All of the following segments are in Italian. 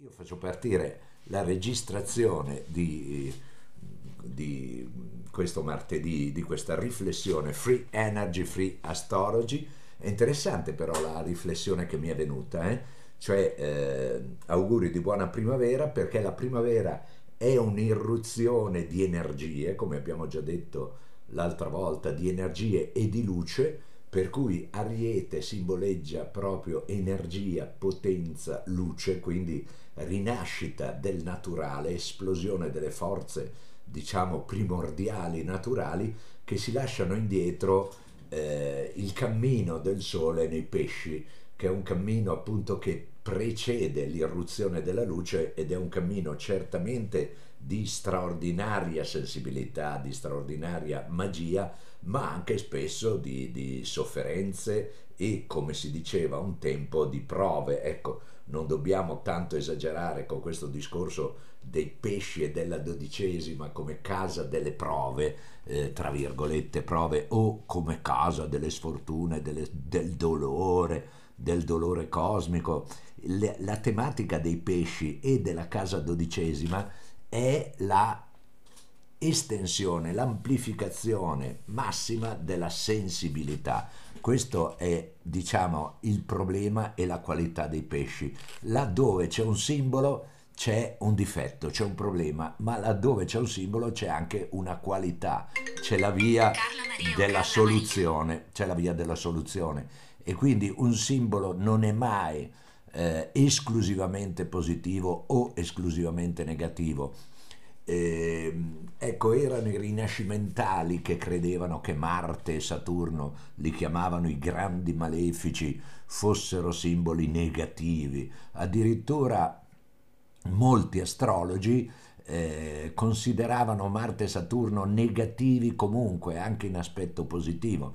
Io faccio partire la registrazione di questo martedì, di questa riflessione Free Energy, Free Astrology. È interessante però la riflessione che mi è venuta, cioè auguri di buona primavera, perché la primavera è un'irruzione di energie, come abbiamo già detto l'altra volta, di energie e di luce, per cui Ariete simboleggia proprio energia, potenza, luce, quindi rinascita del naturale, esplosione delle forze, diciamo, primordiali, naturali, che si lasciano indietro il cammino del Sole nei pesci, che è un cammino appunto che precede l'irruzione della luce ed è un cammino certamente di straordinaria sensibilità, di straordinaria magia, ma anche spesso di sofferenze e, come si diceva un tempo, di prove. Ecco, non dobbiamo tanto esagerare con questo discorso dei pesci e della dodicesima come casa delle prove, tra virgolette prove, o come casa delle sfortune, del dolore cosmico. La tematica dei pesci e della casa dodicesima è la estensione, l'amplificazione massima della sensibilità. Questo è, diciamo, il problema e la qualità dei pesci. Laddove c'è un simbolo c'è un difetto, c'è un problema, ma laddove c'è un simbolo c'è anche una qualità, c'è la via della soluzione, c'è la via della soluzione. E quindi un simbolo non è mai esclusivamente positivo o esclusivamente negativo. Ecco, erano i rinascimentali che credevano che Marte e Saturno, li chiamavano i grandi malefici, fossero simboli negativi. Addirittura molti astrologi consideravano Marte e Saturno negativi comunque, anche in aspetto positivo.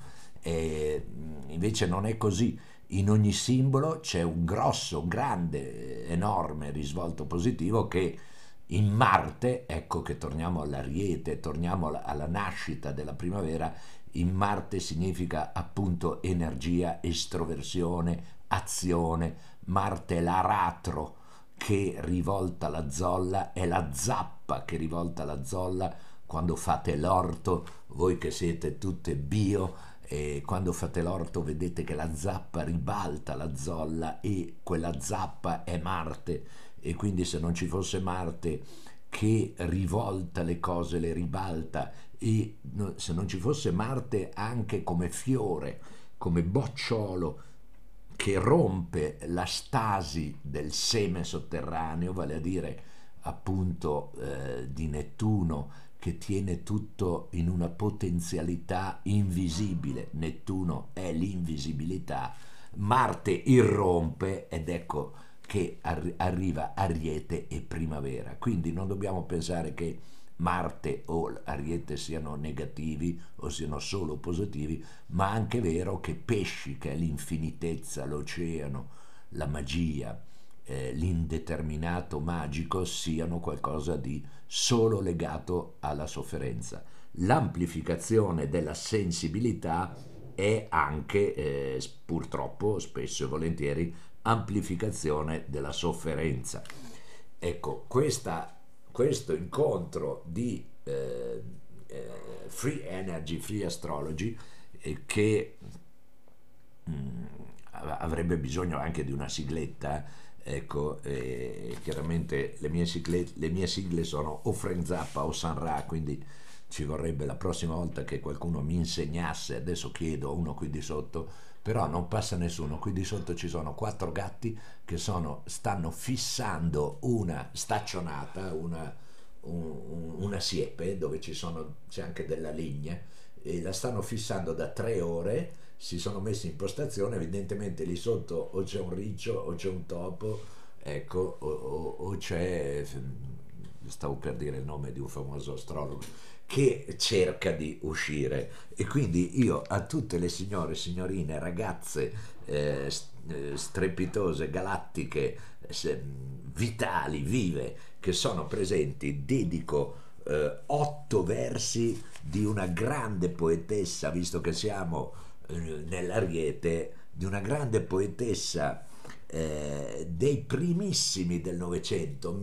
Invece non è così. In ogni simbolo c'è un grosso, un grande, enorme risvolto positivo che in Marte, ecco che torniamo all'Ariete, torniamo alla nascita della primavera. In Marte significa appunto energia, estroversione, azione. Marte è l'aratro che rivolta la zolla, è la zappa che rivolta la zolla quando fate l'orto, voi che siete tutte bio, e quando fate l'orto vedete che la zappa ribalta la zolla e quella zappa è Marte, e quindi se non ci fosse Marte che rivolta le cose, le ribalta, e se non ci fosse Marte anche come fiore, come bocciolo che rompe la stasi del seme sotterraneo, vale a dire appunto di Nettuno, che tiene tutto in una potenzialità invisibile. Nettuno è l'invisibilità, Marte irrompe ed ecco che arriva Ariete e primavera. Quindi non dobbiamo pensare che Marte o Ariete siano negativi o siano solo positivi, ma anche è vero che pesci, che è l'infinitezza, l'oceano, la magia, l'indeterminato magico, siano qualcosa di solo legato alla sofferenza. L'amplificazione della sensibilità è anche, purtroppo, spesso e volentieri, amplificazione della sofferenza. Ecco, questo incontro di Free Energy, Free Astrology, che avrebbe bisogno anche di una sigletta, ecco, chiaramente le mie sigle sono o Frank Zappa o San Ra, quindi ci vorrebbe la prossima volta che qualcuno mi insegnasse. Adesso chiedo a uno qui di sotto, però non passa nessuno. Qui di sotto ci sono quattro gatti che stanno fissando una staccionata, una siepe dove c'è anche della legna, e la stanno fissando da 3 ore. Si sono messi in postazione, evidentemente lì sotto o c'è un riccio o c'è un topo, ecco, o c'è, stavo per dire il nome di un famoso astrologo che cerca di uscire. E quindi io a tutte le signore, signorine, ragazze strepitose, galattiche, vitali, vive, che sono presenti, dedico 8 versi di una grande poetessa, visto che siamo nell'Ariete, di una grande poetessa dei primissimi del Novecento,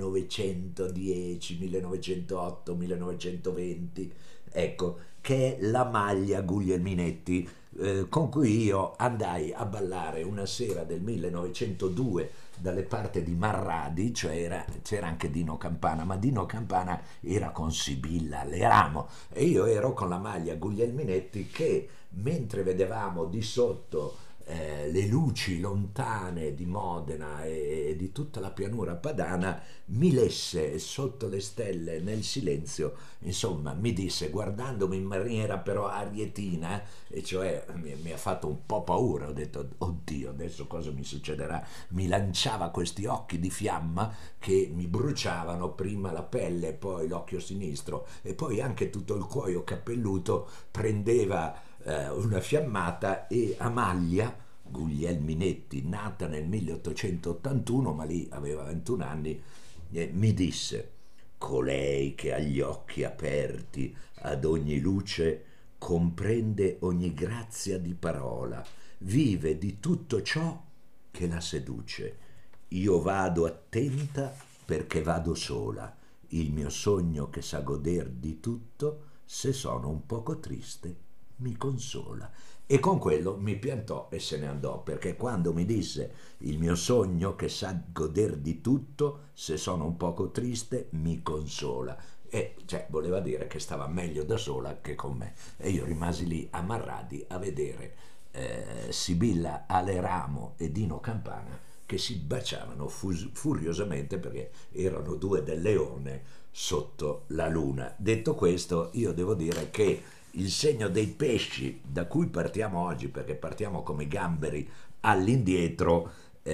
1910, 1908, 1920, ecco, che è la maglia Guglielminetti, con cui io andai a ballare una sera del 1902 dalle parti di Marradi, cioè c'era anche Dino Campana, ma Dino Campana era con Sibilla Leramo e io ero con la maglia Guglielminetti che, mentre vedevamo di sotto le luci lontane di Modena e di tutta la pianura padana, mi lesse sotto le stelle nel silenzio, insomma mi disse, guardandomi in maniera però arietina, e cioè mi ha fatto un po' paura, ho detto oddio adesso cosa mi succederà, mi lanciava questi occhi di fiamma che mi bruciavano prima la pelle, poi l'occhio sinistro e poi anche tutto il cuoio capelluto prendeva una fiammata, e Amalia Guglielminetti, nata nel 1881, ma lì aveva 21 anni, mi disse: colei che ha gli occhi aperti ad ogni luce comprende ogni grazia di parola, vive di tutto ciò che la seduce. Io vado attenta perché vado sola, il mio sogno che sa goder di tutto, se sono un poco triste mi consola. E con quello mi piantò e se ne andò, perché quando mi disse il mio sogno che sa goder di tutto, se sono un poco triste mi consola, e cioè voleva dire che stava meglio da sola che con me, e io rimasi lì a Marradi a vedere Sibilla Aleramo e Dino Campana che si baciavano furiosamente perché erano due del leone sotto la luna. Detto questo, io devo dire che il segno dei pesci da cui partiamo oggi, perché partiamo come gamberi all'indietro,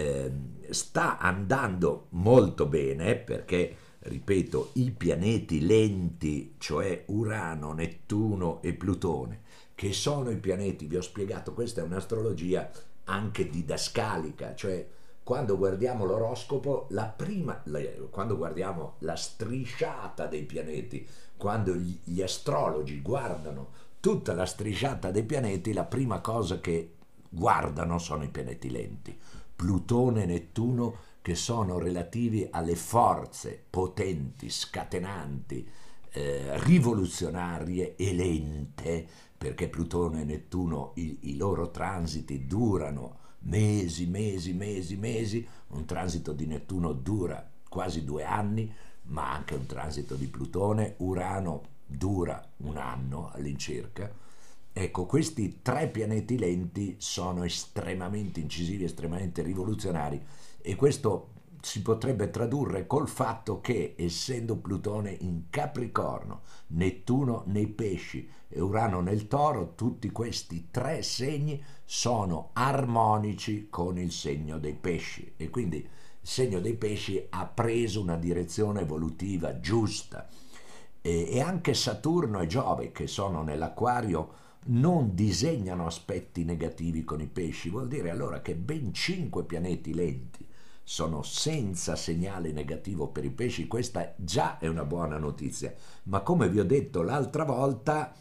sta andando molto bene, perché ripeto, i pianeti lenti, cioè Urano, Nettuno e Plutone, che sono i pianeti, vi ho spiegato, questa è un'astrologia anche didascalica, cioè quando guardiamo l'oroscopo, quando guardiamo la strisciata dei pianeti, quando gli astrologi guardano tutta la strisciata dei pianeti, la prima cosa che guardano sono i pianeti lenti, Plutone e Nettuno, che sono relativi alle forze potenti, scatenanti, rivoluzionarie e lente, perché Plutone e Nettuno i loro transiti durano mesi, mesi, mesi, mesi, un transito di Nettuno dura quasi 2 anni, ma anche un transito di Plutone, Urano dura un anno all'incirca. Ecco, questi tre pianeti lenti sono estremamente incisivi, estremamente rivoluzionari, e questo si potrebbe tradurre col fatto che, essendo Plutone in Capricorno, Nettuno nei Pesci e Urano nel Toro, tutti questi tre segni sono armonici con il segno dei Pesci, e quindi il segno dei Pesci ha preso una direzione evolutiva giusta. E anche Saturno e Giove, che sono nell'Acquario, non disegnano aspetti negativi con i pesci. Vuol dire allora che ben 5 pianeti lenti sono senza segnale negativo per i pesci. Questa già è una buona notizia, ma come vi ho detto l'altra volta,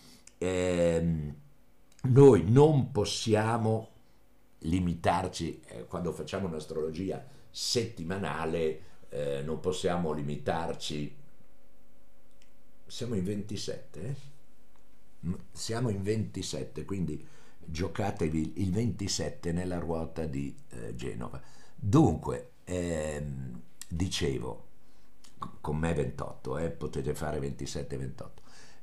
noi non possiamo limitarci, quando facciamo un'astrologia settimanale, non possiamo limitarci. Siamo in 27, siamo in 27, quindi giocatevi il 27 nella ruota di Genova. Dunque, dicevo, con me 28, potete fare 27-28.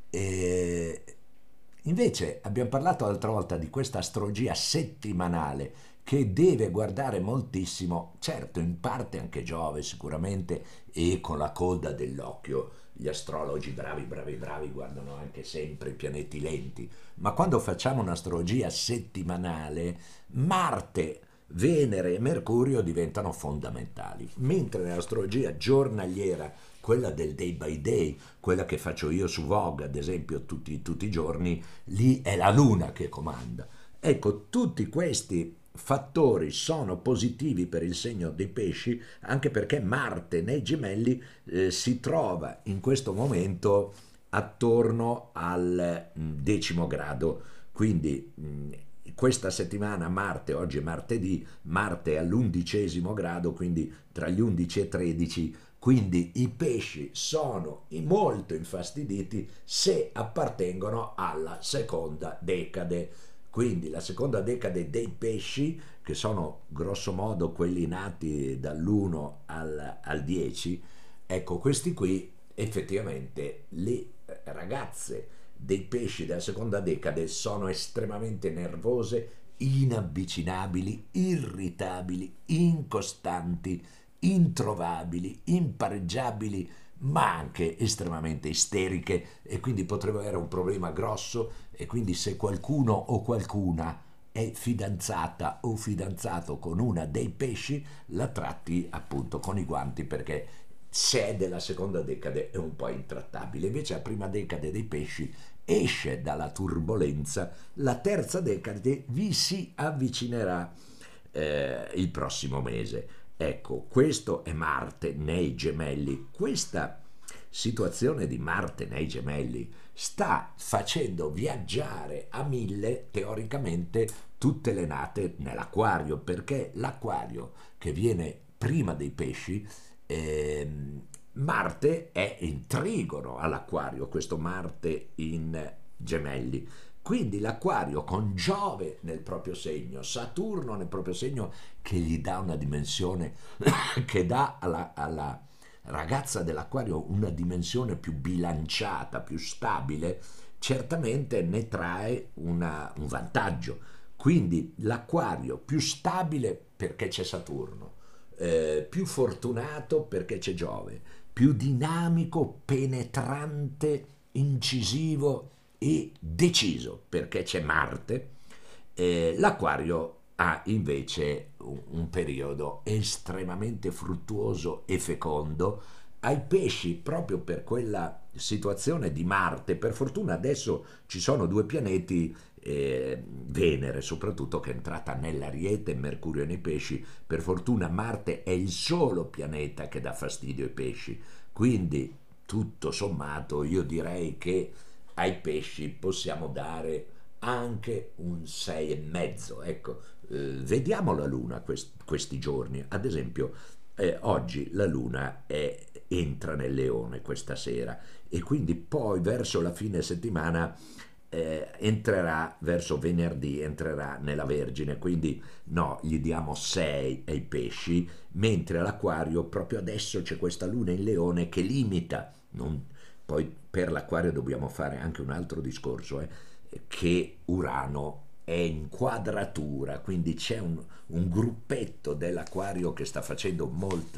Invece abbiamo parlato l'altra volta di questa astrologia settimanale che deve guardare moltissimo, certo in parte anche Giove sicuramente, e con la coda dell'occhio gli astrologi bravi bravi bravi guardano anche sempre i pianeti lenti, ma quando facciamo un'astrologia settimanale, Marte, Venere e Mercurio diventano fondamentali, mentre nell'astrologia giornaliera, quella del day by day, quella che faccio io su Vogue ad esempio tutti i giorni, lì è la Luna che comanda. Ecco, tutti questi fattori sono positivi per il segno dei pesci, anche perché Marte nei Gemelli si trova in questo momento attorno al 10° grado, quindi questa settimana Marte, oggi è martedì, Marte è all'11° grado, quindi tra gli 11 e 13, quindi i pesci sono molto infastiditi se appartengono alla seconda decade. Quindi la seconda decade dei pesci, che sono grosso modo quelli nati dall'1 al 10, ecco, questi qui effettivamente le ragazze dei pesci della seconda decade sono estremamente nervose, inavvicinabili, irritabili, incostanti, introvabili, impareggiabili, ma anche estremamente isteriche, e quindi potrebbe avere un problema grosso. E quindi se qualcuno o qualcuna è fidanzata o fidanzato con una dei pesci, la tratti appunto con i guanti, perché se è della seconda decade è un po' intrattabile. Invece la prima decade dei pesci esce dalla turbolenza, la terza decade vi si avvicinerà il prossimo mese. Ecco, questo è Marte nei Gemelli. Questa situazione di Marte nei Gemelli sta facendo viaggiare a 1000 teoricamente tutte le nate nell'Acquario, perché l'Acquario, che viene prima dei pesci, Marte è in trigono all'Acquario, questo Marte in Gemelli. Quindi l'Acquario con Giove nel proprio segno, Saturno nel proprio segno, che gli dà una dimensione, che dà alla ragazza dell'Acquario una dimensione più bilanciata, più stabile, certamente ne trae un vantaggio. Quindi l'Acquario più stabile perché c'è Saturno, più fortunato perché c'è Giove, più dinamico, penetrante, incisivo e deciso perché c'è Marte. L'Acquario ha invece un periodo estremamente fruttuoso e fecondo. Ai pesci, proprio per quella situazione di Marte, per fortuna adesso ci sono due pianeti, Venere soprattutto, che è entrata nell'Ariete, Mercurio nei pesci. Per fortuna Marte è il solo pianeta che dà fastidio ai pesci, quindi tutto sommato io direi che ai pesci possiamo dare anche un 6,5. Ecco, vediamo la Luna questi giorni. Ad esempio, oggi la Luna entra nel Leone questa sera, e quindi poi verso la fine settimana entrerà, verso venerdì entrerà nella Vergine, quindi no, gli diamo 6 ai pesci, mentre all'Acquario proprio adesso c'è questa Luna in Leone che limita. Poi per l'Acquario dobbiamo fare anche un altro discorso, che Urano è in quadratura, quindi c'è un gruppetto dell'Acquario che sta facendo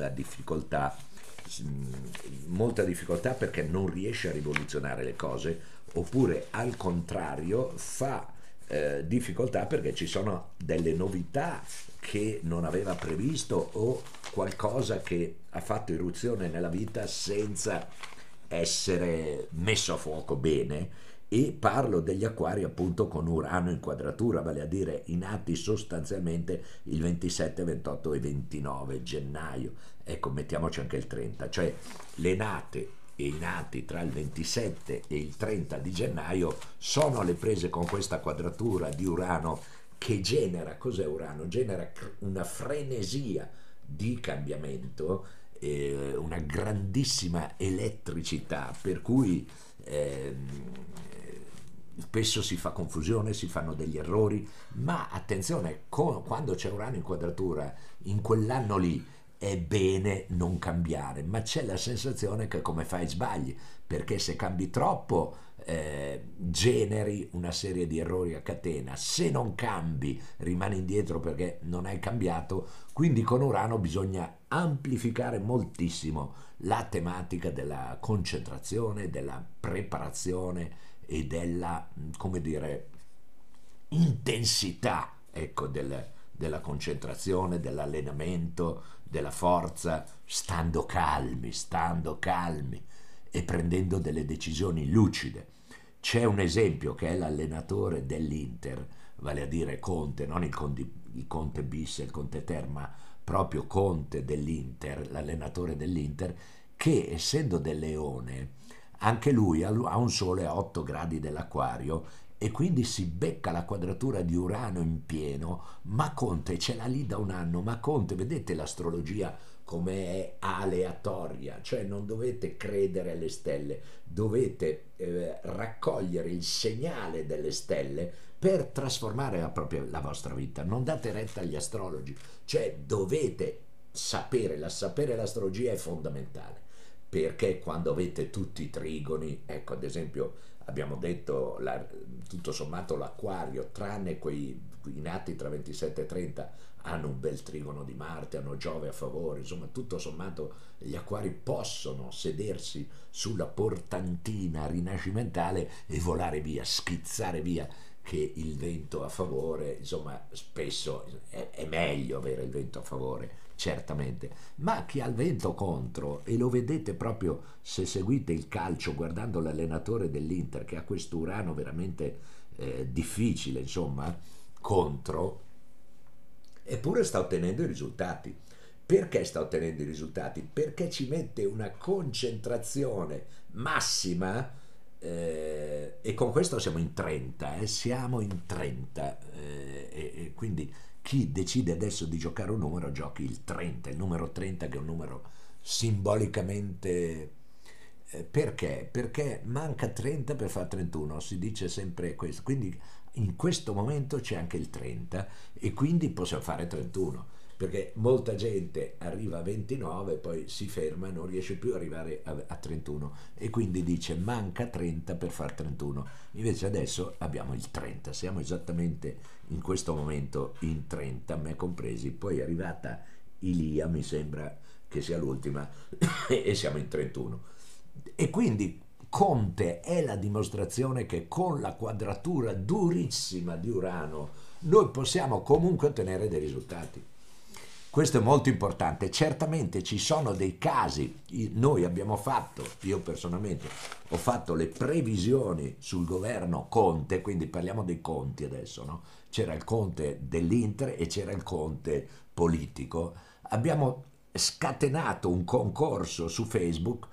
molta difficoltà perché non riesce a rivoluzionare le cose, oppure al contrario fa difficoltà perché ci sono delle novità che non aveva previsto, o qualcosa che ha fatto irruzione nella vita senza essere messo a fuoco bene. E parlo degli acquari appunto con Urano in quadratura, vale a dire i nati sostanzialmente il 27, 28 e 29 gennaio. Ecco, mettiamoci anche il 30, cioè le nate e i nati tra il 27 e il 30 di gennaio sono alle prese con questa quadratura di Urano, che genera, cos'è Urano? Genera una frenesia di cambiamento, una grandissima elettricità, per cui spesso si fa confusione, si fanno degli errori, ma attenzione, quando c'è Urano in quadratura, in quell'anno lì è bene non cambiare, ma c'è la sensazione che come fai sbagli, perché se cambi troppo generi una serie di errori a catena, se non cambi rimani indietro perché non hai cambiato. Quindi con Urano bisogna amplificare moltissimo la tematica della concentrazione, della preparazione e della, come dire, intensità, ecco, della concentrazione, dell'allenamento, della forza, stando calmi e prendendo delle decisioni lucide. C'è un esempio che è l'allenatore dell'Inter, vale a dire Conte, non il Conte bis e il Conte ter, ma proprio Conte dell'Inter, l'allenatore dell'Inter, che essendo del Leone, anche lui ha un sole a 8 gradi dell'Acquario, e quindi si becca la quadratura di Urano in pieno, ma Conte ce l'ha lì da un anno, ma Conte, vedete l'astrologia come è aleatoria, cioè non dovete credere alle stelle, dovete raccogliere il segnale delle stelle per trasformare la vostra vita, non date retta agli astrologi, cioè dovete sapere l'astrologia è fondamentale, perché quando avete tutti i trigoni, ecco ad esempio abbiamo detto tutto sommato l'acquario, tranne i nati tra 27 e 30 hanno un bel trigono di Marte, hanno Giove a favore, insomma tutto sommato gli acquari possono sedersi sulla portantina rinascimentale e volare via, schizzare via, che il vento a favore, insomma spesso è meglio avere il vento a favore, certamente, ma chi ha il vento contro, e lo vedete proprio se seguite il calcio guardando l'allenatore dell'Inter che ha questo Urano veramente difficile, insomma, contro, eppure sta ottenendo i risultati. Perché sta ottenendo i risultati? Perché ci mette una concentrazione massima e con questo siamo in 30, siamo in 30 e quindi chi decide adesso di giocare un numero giochi il 30, il numero 30 che è un numero simbolicamente perché? Perché manca 30 per fare 31, si dice sempre questo, quindi in questo momento c'è anche il 30 e quindi possiamo fare 31, perché molta gente arriva a 29 poi si ferma, non riesce più ad arrivare a 31 e quindi dice manca 30 per far 31, invece adesso abbiamo il 30, siamo esattamente in questo momento in 30, me compresi, poi è arrivata Ilia, mi sembra che sia l'ultima e siamo in 31 e quindi Conte è la dimostrazione che con la quadratura durissima di Urano noi possiamo comunque ottenere dei risultati. Questo è molto importante. Certamente ci sono dei casi, noi abbiamo fatto, io personalmente ho fatto le previsioni sul governo Conte, quindi parliamo dei conti adesso, no? C'era il Conte dell'Inter e c'era il Conte politico. Abbiamo scatenato un concorso su Facebook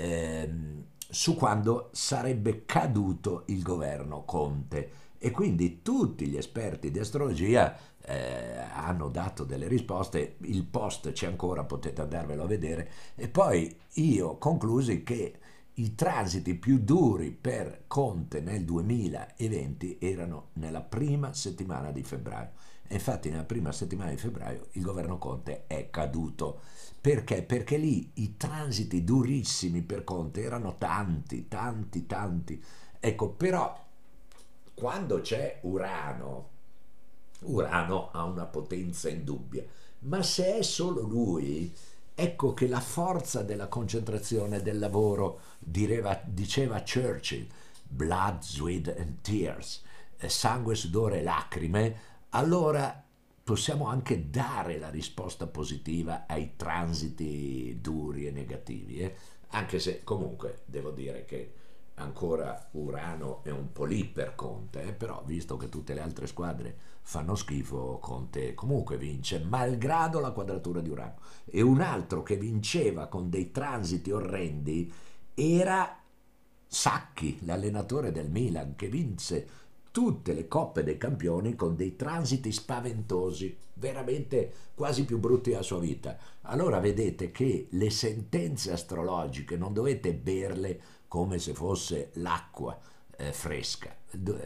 su quando sarebbe caduto il governo Conte e quindi tutti gli esperti di astrologia hanno dato delle risposte, il post c'è ancora, potete andarvelo a vedere, e poi io conclusi che i transiti più duri per Conte nel 2020 erano nella prima settimana di febbraio. E infatti nella prima settimana di febbraio il governo Conte è caduto. Perché? Perché lì i transiti durissimi per Conte erano tanti, tanti, tanti. Ecco, però quando c'è Urano, Urano ha una potenza indubbia, ma se è solo lui, ecco che la forza della concentrazione del lavoro, diceva Churchill, blood, sweat and tears, sangue, sudore e lacrime, allora possiamo anche dare la risposta positiva ai transiti duri e negativi, anche se comunque devo dire che ancora Urano è un po' lì per Conte, però visto che tutte le altre squadre fanno schifo, Conte comunque vince, malgrado la quadratura di Urano. E un altro che vinceva con dei transiti orrendi era Sacchi, l'allenatore del Milan, che vinse tutte le coppe dei campioni con dei transiti spaventosi, veramente quasi più brutti della sua vita. Allora vedete che le sentenze astrologiche non dovete berle come se fosse l'acqua fresca,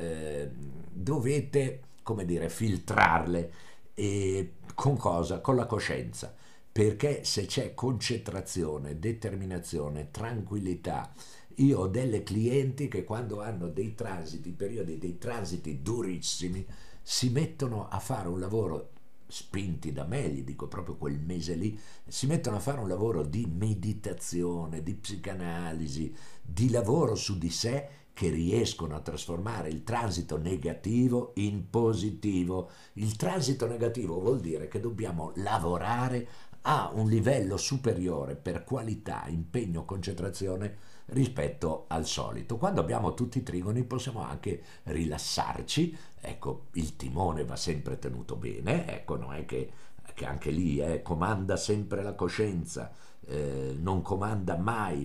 dovete, come dire, filtrarle e con cosa? Con la coscienza, perché se c'è concentrazione, determinazione, tranquillità. Io ho delle clienti che quando hanno dei transiti, periodi dei transiti durissimi, si mettono a fare un lavoro, spinti da me, gli dico proprio quel mese lì, si mettono a fare un lavoro di meditazione, di psicanalisi, di lavoro su di sé, che riescono a trasformare il transito negativo in positivo. Il transito negativo vuol dire che dobbiamo lavorare a un livello superiore per qualità, impegno, concentrazione rispetto al solito. Quando abbiamo tutti i trigoni possiamo anche rilassarci, ecco, il timone va sempre tenuto bene, ecco, non è che anche lì comanda sempre la coscienza, non comanda mai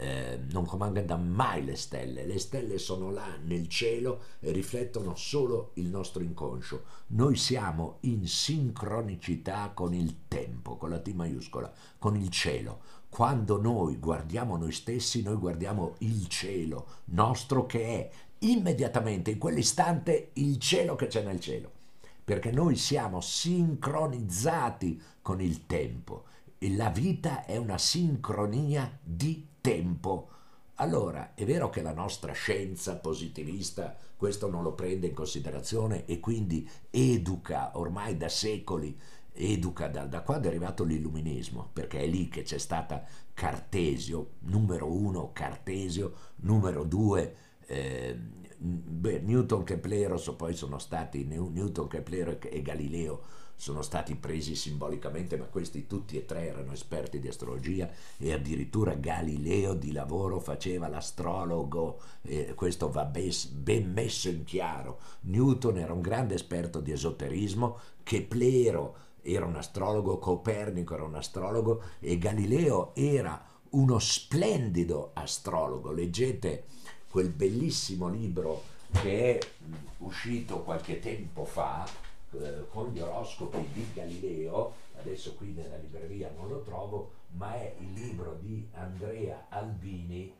non comandano mai le stelle sono là nel cielo e riflettono solo il nostro inconscio. Noi siamo in sincronicità con il tempo, con la T maiuscola, con il cielo. Quando noi guardiamo noi stessi, noi guardiamo il cielo nostro che è immediatamente, in quell'istante, il cielo che c'è nel cielo, perché noi siamo sincronizzati con il tempo e la vita è una sincronia di tempo. Allora, è vero che la nostra scienza positivista questo non lo prende in considerazione e quindi educa ormai da secoli, educa da quando è arrivato l'illuminismo, perché è lì che c'è stata Cartesio, numero uno Cartesio, numero due Newton, Keplero, poi sono stati Newton, Keplero e Galileo sono stati presi simbolicamente, ma questi tutti e tre erano esperti di astrologia e addirittura Galileo di lavoro faceva l'astrologo, questo va ben messo in chiaro. Newton era un grande esperto di esoterismo, Keplero era un astrologo, Copernico era un astrologo e Galileo era uno splendido astrologo. Leggete quel bellissimo libro che è uscito qualche tempo fa, con gli oroscopi di Galileo. Adesso qui nella libreria non lo trovo, ma è il libro di Andrea Albini,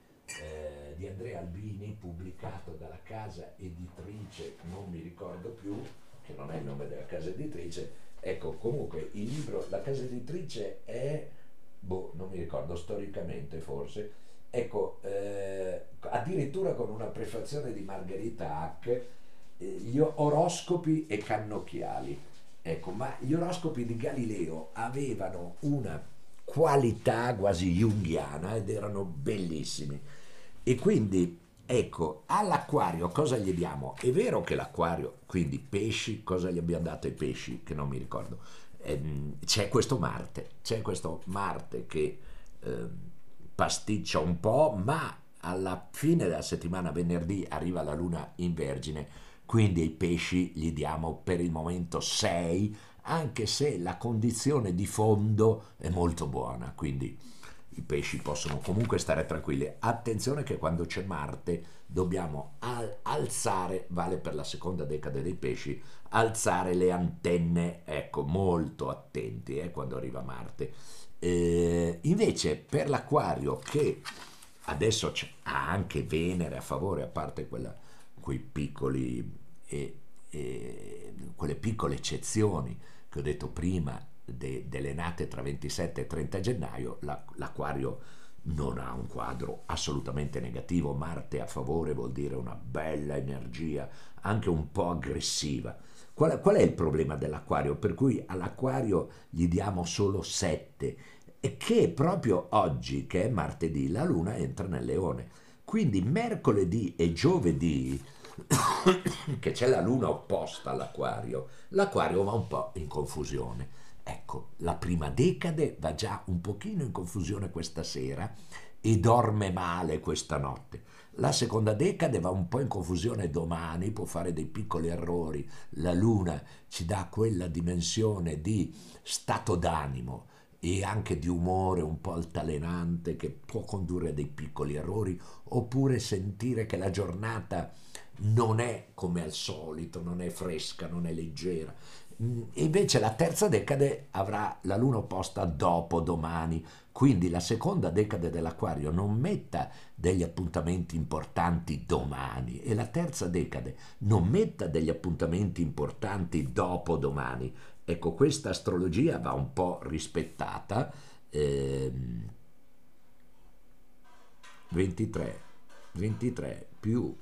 pubblicato dalla casa editrice, non mi ricordo più, che non è il nome della casa editrice. Ecco, comunque il libro, la casa editrice è, non mi ricordo, storicamente forse, ecco, addirittura con una prefazione di Margherita Hack, gli oroscopi e cannocchiali. Ecco, ma gli oroscopi di Galileo avevano una qualità quasi junghiana ed erano bellissimi. E quindi, ecco, all'acquario cosa gli diamo? È vero che l'acquario, quindi pesci, cosa gli abbiamo dato ai pesci? Che non mi ricordo. C'è questo Marte che pasticcia un po', ma alla fine della settimana, venerdì, arriva la luna in Vergine, quindi ai pesci gli diamo per il momento 6, anche se la condizione di fondo è molto buona, quindi i pesci possono comunque stare tranquilli. Attenzione che quando c'è Marte dobbiamo alzare, vale per la seconda decade dei pesci, alzare le antenne, ecco, molto attenti quando arriva Marte. Invece per l'acquario, che adesso ha anche Venere a favore, a parte quei piccoli quelle piccole eccezioni che ho detto prima delle nate tra 27 e 30 gennaio, l'acquario non ha un quadro assolutamente negativo. Marte a favore vuol dire una bella energia, anche un po' aggressiva. Qual è il problema dell'acquario? Per cui all'acquario gli diamo solo 7, e che proprio oggi, che è martedì, la luna entra nel leone. Quindi mercoledì e giovedì, che c'è la luna opposta all'acquario, l'acquario va un po' in confusione. Ecco, la prima decade va già un pochino in confusione questa sera e dorme male questa notte. La seconda decade va un po' in confusione domani, può fare dei piccoli errori. La luna ci dà quella dimensione di stato d'animo e anche di umore un po' altalenante che può condurre a dei piccoli errori, oppure sentire che la giornata non è come al solito, non è fresca, non è leggera. E invece la terza decade avrà la luna opposta dopo domani, quindi la seconda decade dell'acquario non metta degli appuntamenti importanti domani e la terza decade non metta degli appuntamenti importanti dopo domani. Ecco, questa astrologia va un po' rispettata. 23 più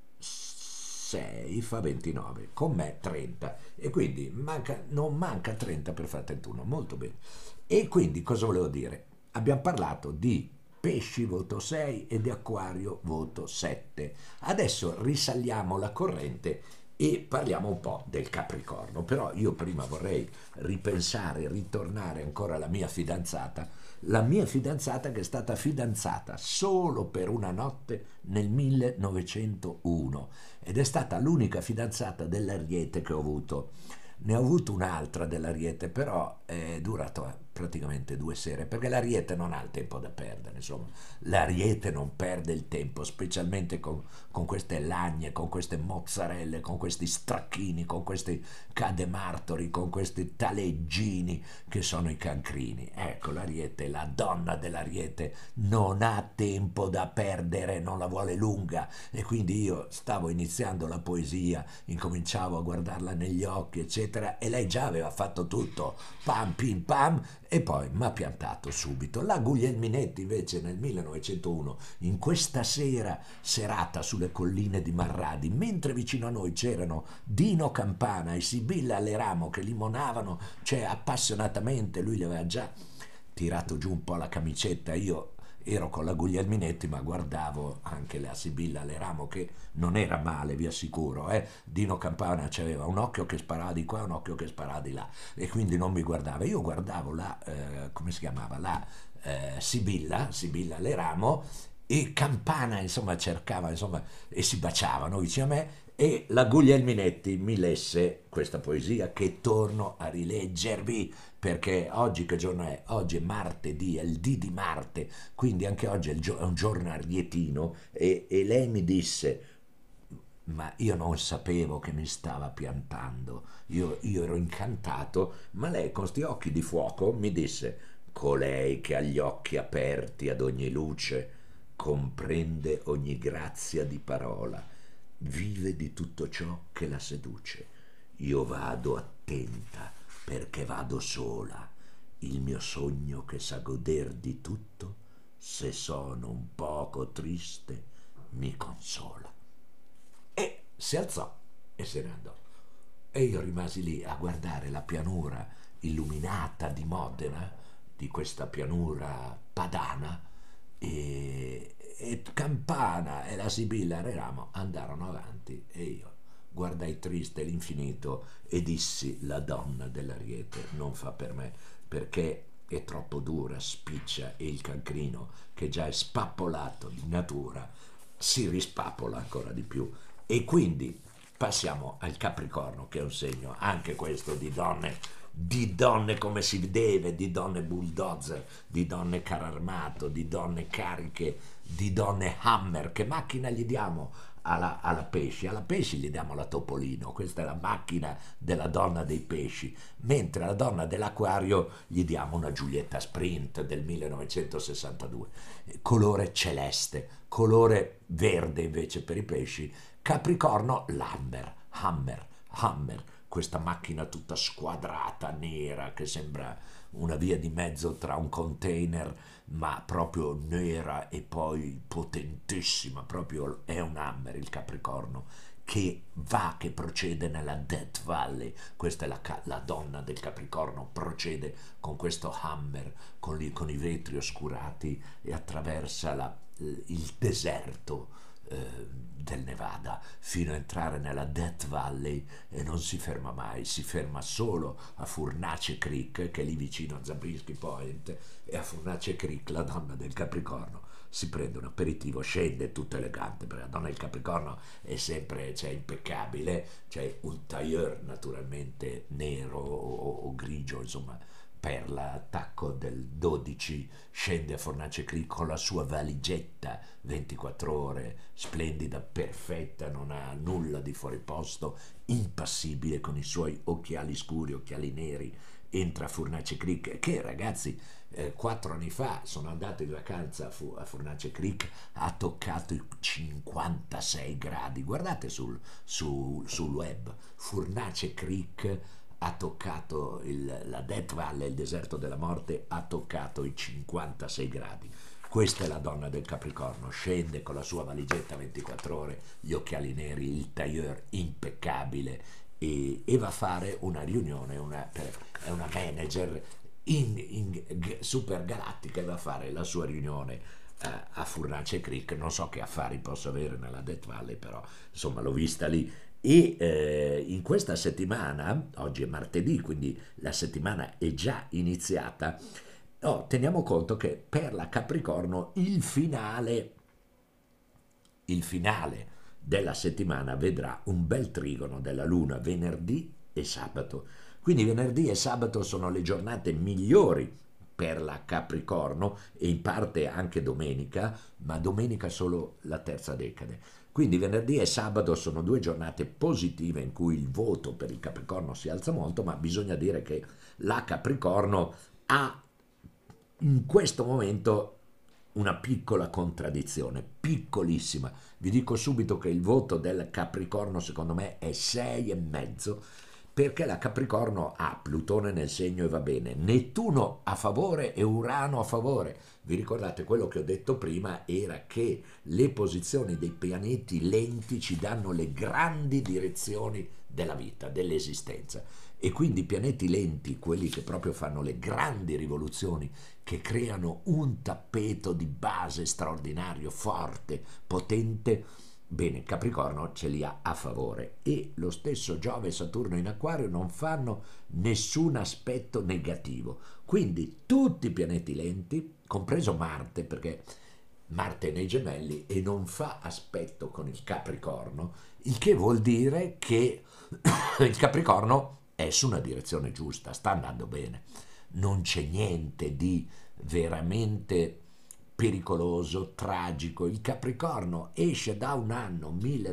6 fa 29, con me 30, e quindi non manca 30 per fare 31, molto bene. E quindi cosa volevo dire? Abbiamo parlato di pesci voto 6 e di acquario voto 7. Adesso risaliamo la corrente e parliamo un po' del Capricorno. Però io prima vorrei ritornare ancora alla mia fidanzata, che è stata fidanzata solo per una notte nel 1901 ed è stata l'unica fidanzata dell'Ariete che ho avuto. Ne ho avuto un'altra dell'Ariete, però è durato praticamente 2 sere, perché l'Ariete non ha il tempo da perdere, insomma, l'Ariete non perde il tempo, specialmente con queste lagne, con queste mozzarelle, con questi stracchini, con questi cademartori, con questi taleggini che sono i cancrini. Ecco, l'Ariete, la donna dell'Ariete non ha tempo da perdere, non la vuole lunga, e quindi io stavo iniziando la poesia, incominciavo a guardarla negli occhi, eccetera, e lei già aveva fatto tutto, pam, pim, pam, e poi mi ha piantato subito. La Guglielminetti invece nel 1901, in questa serata sulle colline di Marradi, mentre vicino a noi c'erano Dino Campana e Sibilla Aleramo che limonavano, cioè appassionatamente, lui le aveva già tirato giù un po' la camicetta, io ero con la Guglielminetti ma guardavo anche la Sibilla Aleramo che non era male, vi assicuro, eh. Dino Campana aveva un occhio che sparava di qua e un occhio che sparava di là e quindi non mi guardava, io guardavo la, come si chiamava, la Sibilla Aleramo, e Campana insomma cercava insomma e si baciavano vicino a me, e la Guglielminetti mi lesse questa poesia che torno a rileggervi perché oggi che giorno è? Oggi è martedì, è il D di Marte, quindi anche oggi è un giorno arietino, e lei mi disse, ma io non sapevo che mi stava piantando, io ero incantato, ma lei con sti occhi di fuoco mi disse, colei che ha gli occhi aperti ad ogni luce, comprende ogni grazia di parola, vive di tutto ciò che la seduce. Io vado attenta perché vado sola, il mio sogno che sa goder di tutto, se sono un poco triste mi consola. E si alzò e se ne andò. E io rimasi lì a guardare la pianura illuminata di Modena, di questa pianura padana, e Campana e la Sibilla Aleramo andarono avanti e io guardai triste l'infinito e dissi, la donna dell'Ariete non fa per me, perché è troppo dura, spiccia, e il cancrino, che già è spappolato di natura, si rispappola ancora di più. E quindi passiamo al Capricorno, che è un segno anche questo di donne come si deve, di donne bulldozer, di donne carro armato, di donne cariche, di donne hammer. Che macchina gli diamo alla pesci? Alla pesci gli diamo la Topolino, questa è la macchina della donna dei pesci, mentre alla donna dell'acquario gli diamo una Giulietta Sprint del 1962, colore celeste, colore verde invece per i pesci. Capricorno, Hammer, questa macchina tutta squadrata, nera, che sembra una via di mezzo tra un container, ma proprio nera e poi potentissima, proprio è un Hammer il Capricorno, che procede nella Death Valley. Questa è la donna del Capricorno, procede con questo Hammer, con i vetri oscurati, e attraversa il deserto del Nevada fino a entrare nella Death Valley, e non si ferma mai, si ferma solo a Furnace Creek, che è lì vicino a Zabriskie Point, e a Furnace Creek la donna del Capricorno si prende un aperitivo, scende tutta elegante, perché la donna del Capricorno è sempre, cioè, impeccabile, c'è un tailleur naturalmente nero o grigio, insomma per l'attacco del 12, scende a Fornace Creek con la sua valigetta 24 ore, splendida, perfetta, non ha nulla di fuori posto, impassibile, con i suoi occhiali scuri, occhiali neri, entra a Fornace Creek, che ragazzi 4 anni fa sono andato in vacanza a Fornace Creek, ha toccato i 56 gradi, guardate sul web, Fornace Creek ha toccato la Death Valley, il deserto della morte, ha toccato i 56 gradi. Questa è la donna del Capricorno, scende con la sua valigetta 24 ore, gli occhiali neri, il tailleur impeccabile, e va a fare una riunione, è una manager super galattica, e va a fare la sua riunione a Furnace Creek. Non so che affari posso avere nella Death Valley, però insomma l'ho vista lì. E in questa settimana, oggi è martedì, quindi la settimana è già iniziata. Teniamo conto che per la Capricorno il finale della settimana vedrà un bel trigono della Luna venerdì e sabato. Quindi venerdì e sabato sono le giornate migliori per la Capricorno e in parte anche domenica, ma domenica solo la terza decade. Quindi venerdì e sabato sono due giornate positive in cui il voto per il Capricorno si alza molto, ma bisogna dire che la Capricorno ha in questo momento una piccola contraddizione, piccolissima. Vi dico subito che il voto del Capricorno secondo me è 6,5, perché la Capricorno ha Plutone nel segno e va bene, Nettuno a favore e Urano a favore. Vi ricordate quello che ho detto prima era che le posizioni dei pianeti lenti ci danno le grandi direzioni della vita, dell'esistenza. E quindi i pianeti lenti, quelli che proprio fanno le grandi rivoluzioni, che creano un tappeto di base straordinario, forte, potente, bene, Capricorno ce li ha a favore e lo stesso Giove e Saturno in Acquario non fanno nessun aspetto negativo. Quindi tutti i pianeti lenti, compreso Marte, perché Marte è nei Gemelli e non fa aspetto con il Capricorno, il che vuol dire che il Capricorno è su una direzione giusta, sta andando bene. Non c'è niente di veramente pericoloso, tragico. Il Capricorno esce da un anno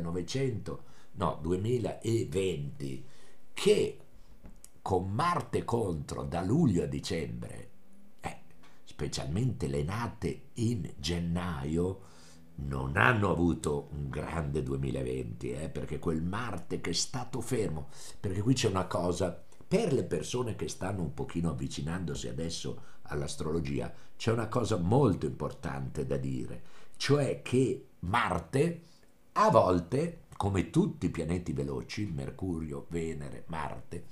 2020 che con Marte contro da luglio a dicembre, specialmente le nate in gennaio, non hanno avuto un grande 2020, perché quel Marte che è stato fermo, perché qui c'è una cosa, per le persone che stanno un pochino avvicinandosi adesso all'astrologia, c'è una cosa molto importante da dire, cioè che Marte a volte, come tutti i pianeti veloci, Mercurio, Venere, Marte,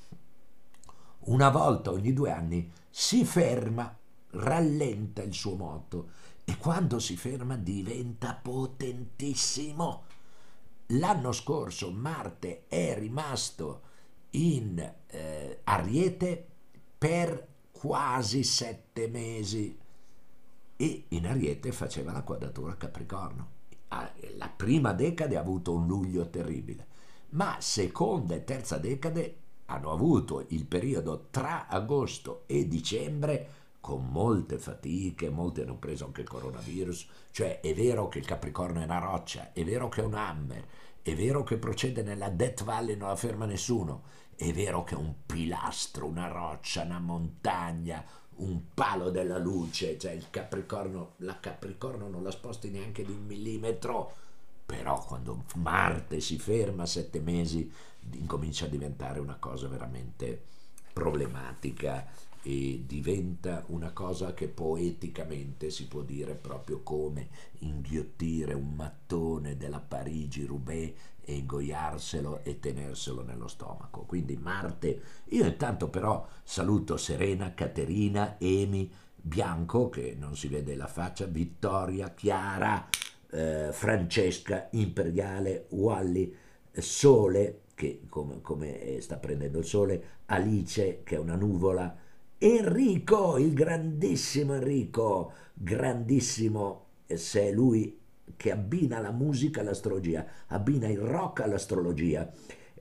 una volta ogni 2 anni si ferma, rallenta il suo moto e quando si ferma diventa potentissimo. L'anno scorso Marte è rimasto in Ariete per quasi 7 mesi e in Ariete faceva la quadratura a Capricorno. La prima decade ha avuto un luglio terribile, ma seconda e terza decade hanno avuto il periodo tra agosto e dicembre con molte fatiche, molti hanno preso anche il coronavirus, cioè è vero che il Capricorno è una roccia, è vero che è un hammer, è vero che procede nella Death Valley e non la ferma nessuno, è vero che è un pilastro, una roccia, una montagna, un palo della luce, cioè il Capricorno, la Capricorno non la sposti neanche di 1 millimetro, però quando Marte si ferma 7 mesi incomincia a diventare una cosa veramente problematica e diventa una cosa che poeticamente si può dire proprio come inghiottire un mattone della Parigi-Roubaix e ingoiarselo e tenerselo nello stomaco. Quindi Marte, io intanto però saluto Serena, Caterina, Emi, Bianco, che non si vede la faccia, Vittoria, Chiara, Francesca, Imperiale, Wally, Sole, che come sta prendendo il sole, Alice, che è una nuvola, Enrico, il grandissimo Enrico, grandissimo, se è lui che abbina la musica all'astrologia, abbina il rock all'astrologia,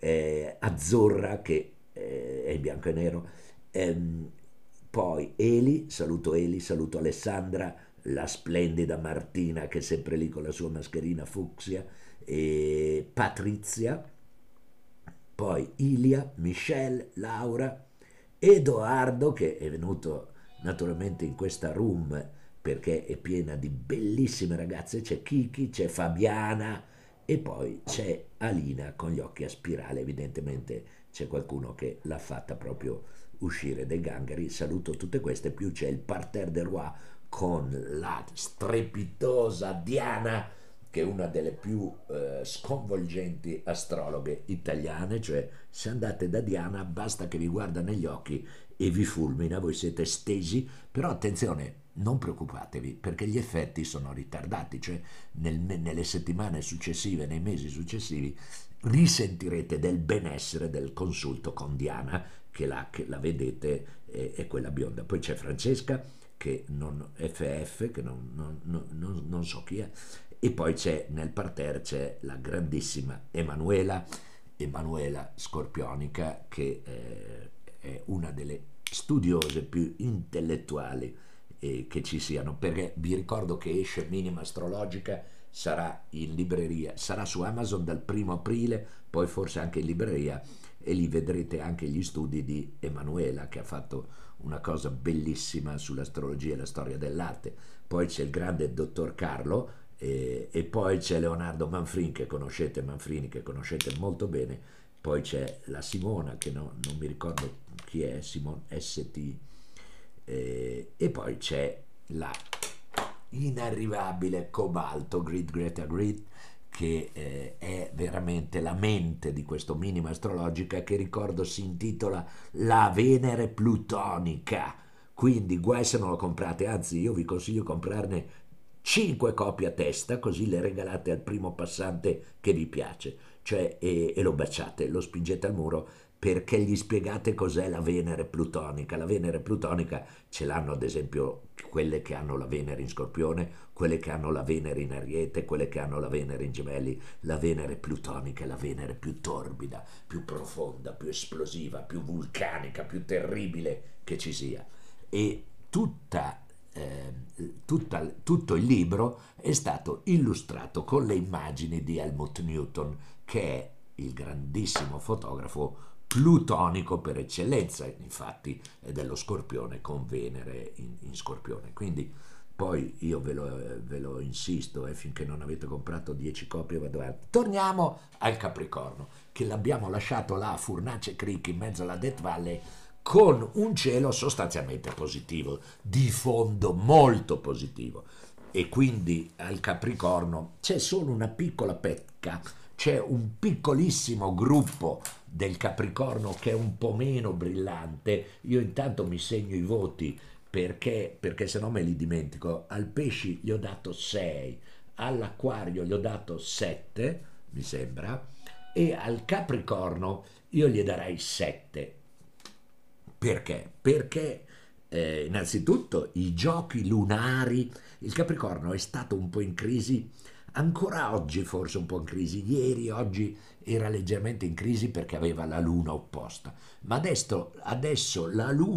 Azzurra che è in bianco e nero, poi Eli, saluto Alessandra, la splendida Martina che è sempre lì con la sua mascherina fucsia, e Patrizia, poi Ilia, Michelle, Laura, Edoardo che è venuto naturalmente in questa room perché è piena di bellissime ragazze, c'è Kiki, c'è Fabiana e poi c'è Alina con gli occhi a spirale, evidentemente c'è qualcuno che l'ha fatta proprio uscire dai gangheri. Saluto tutte queste, più c'è il parterre de roi con la strepitosa Diana, che è una delle più sconvolgenti astrologhe italiane, cioè se andate da Diana basta che vi guarda negli occhi e vi fulmina, voi siete stesi, però attenzione, non preoccupatevi perché gli effetti sono ritardati, cioè nelle settimane successive, nei mesi successivi, risentirete del benessere del consulto con Diana, che la vedete, è quella bionda. Poi c'è Francesca, che non FF, che non so chi è, e poi c'è nel parterre c'è la grandissima Emanuela Scorpionica che è una delle studiose più intellettuali che ci siano, perché vi ricordo che esce Minima Astrologica, sarà in libreria, sarà su Amazon dal 1° aprile, poi forse anche in libreria, e lì vedrete anche gli studi di Emanuela, che ha fatto una cosa bellissima sull'astrologia e la storia dell'arte. Poi c'è il grande dottor Carlo, e poi c'è Leonardo Manfrini che conoscete molto bene. Poi c'è la Simona, che non mi ricordo chi è, Simone ST, e poi c'è la inarrivabile Cobalto, Greta Grit, che è veramente la mente di questo Minima Astrologica, che ricordo si intitola La Venere Plutonica. Quindi guai se non lo comprate, anzi io vi consiglio di comprarne 5 copie a testa, così le regalate al primo passante che vi piace, cioè, e lo baciate, lo spingete al muro, perché gli spiegate cos'è la Venere Plutonica. La Venere Plutonica ce l'hanno ad esempio quelle che hanno la Venere in Scorpione, quelle che hanno la Venere in Ariete, quelle che hanno la Venere in Gemelli. La Venere Plutonica è la Venere più torbida, più profonda, più esplosiva, più vulcanica, più terribile che ci sia. E tutto il libro è stato illustrato con le immagini di Helmut Newton, che è il grandissimo fotografo plutonico per eccellenza, infatti è dello Scorpione con Venere in Scorpione. Quindi poi io ve lo insisto, finché non avete comprato 10 copie vado avanti. Torniamo al Capricorno, che l'abbiamo lasciato là a Furnace Creek in mezzo alla Death Valley, con un cielo sostanzialmente positivo, di fondo molto positivo. E quindi al Capricorno c'è solo una piccola pecca, c'è un piccolissimo gruppo del Capricorno che è un po' meno brillante. Io intanto mi segno i voti, perché se no me li dimentico. Al Pesci gli ho dato 6, all'Acquario gli ho dato 7, mi sembra, e al Capricorno io gli darei 7. Perché? Perché innanzitutto i giochi lunari, il Capricorno è stato un po' in crisi, ancora oggi forse un po' in crisi, ieri, oggi era leggermente in crisi perché aveva la luna opposta, ma adesso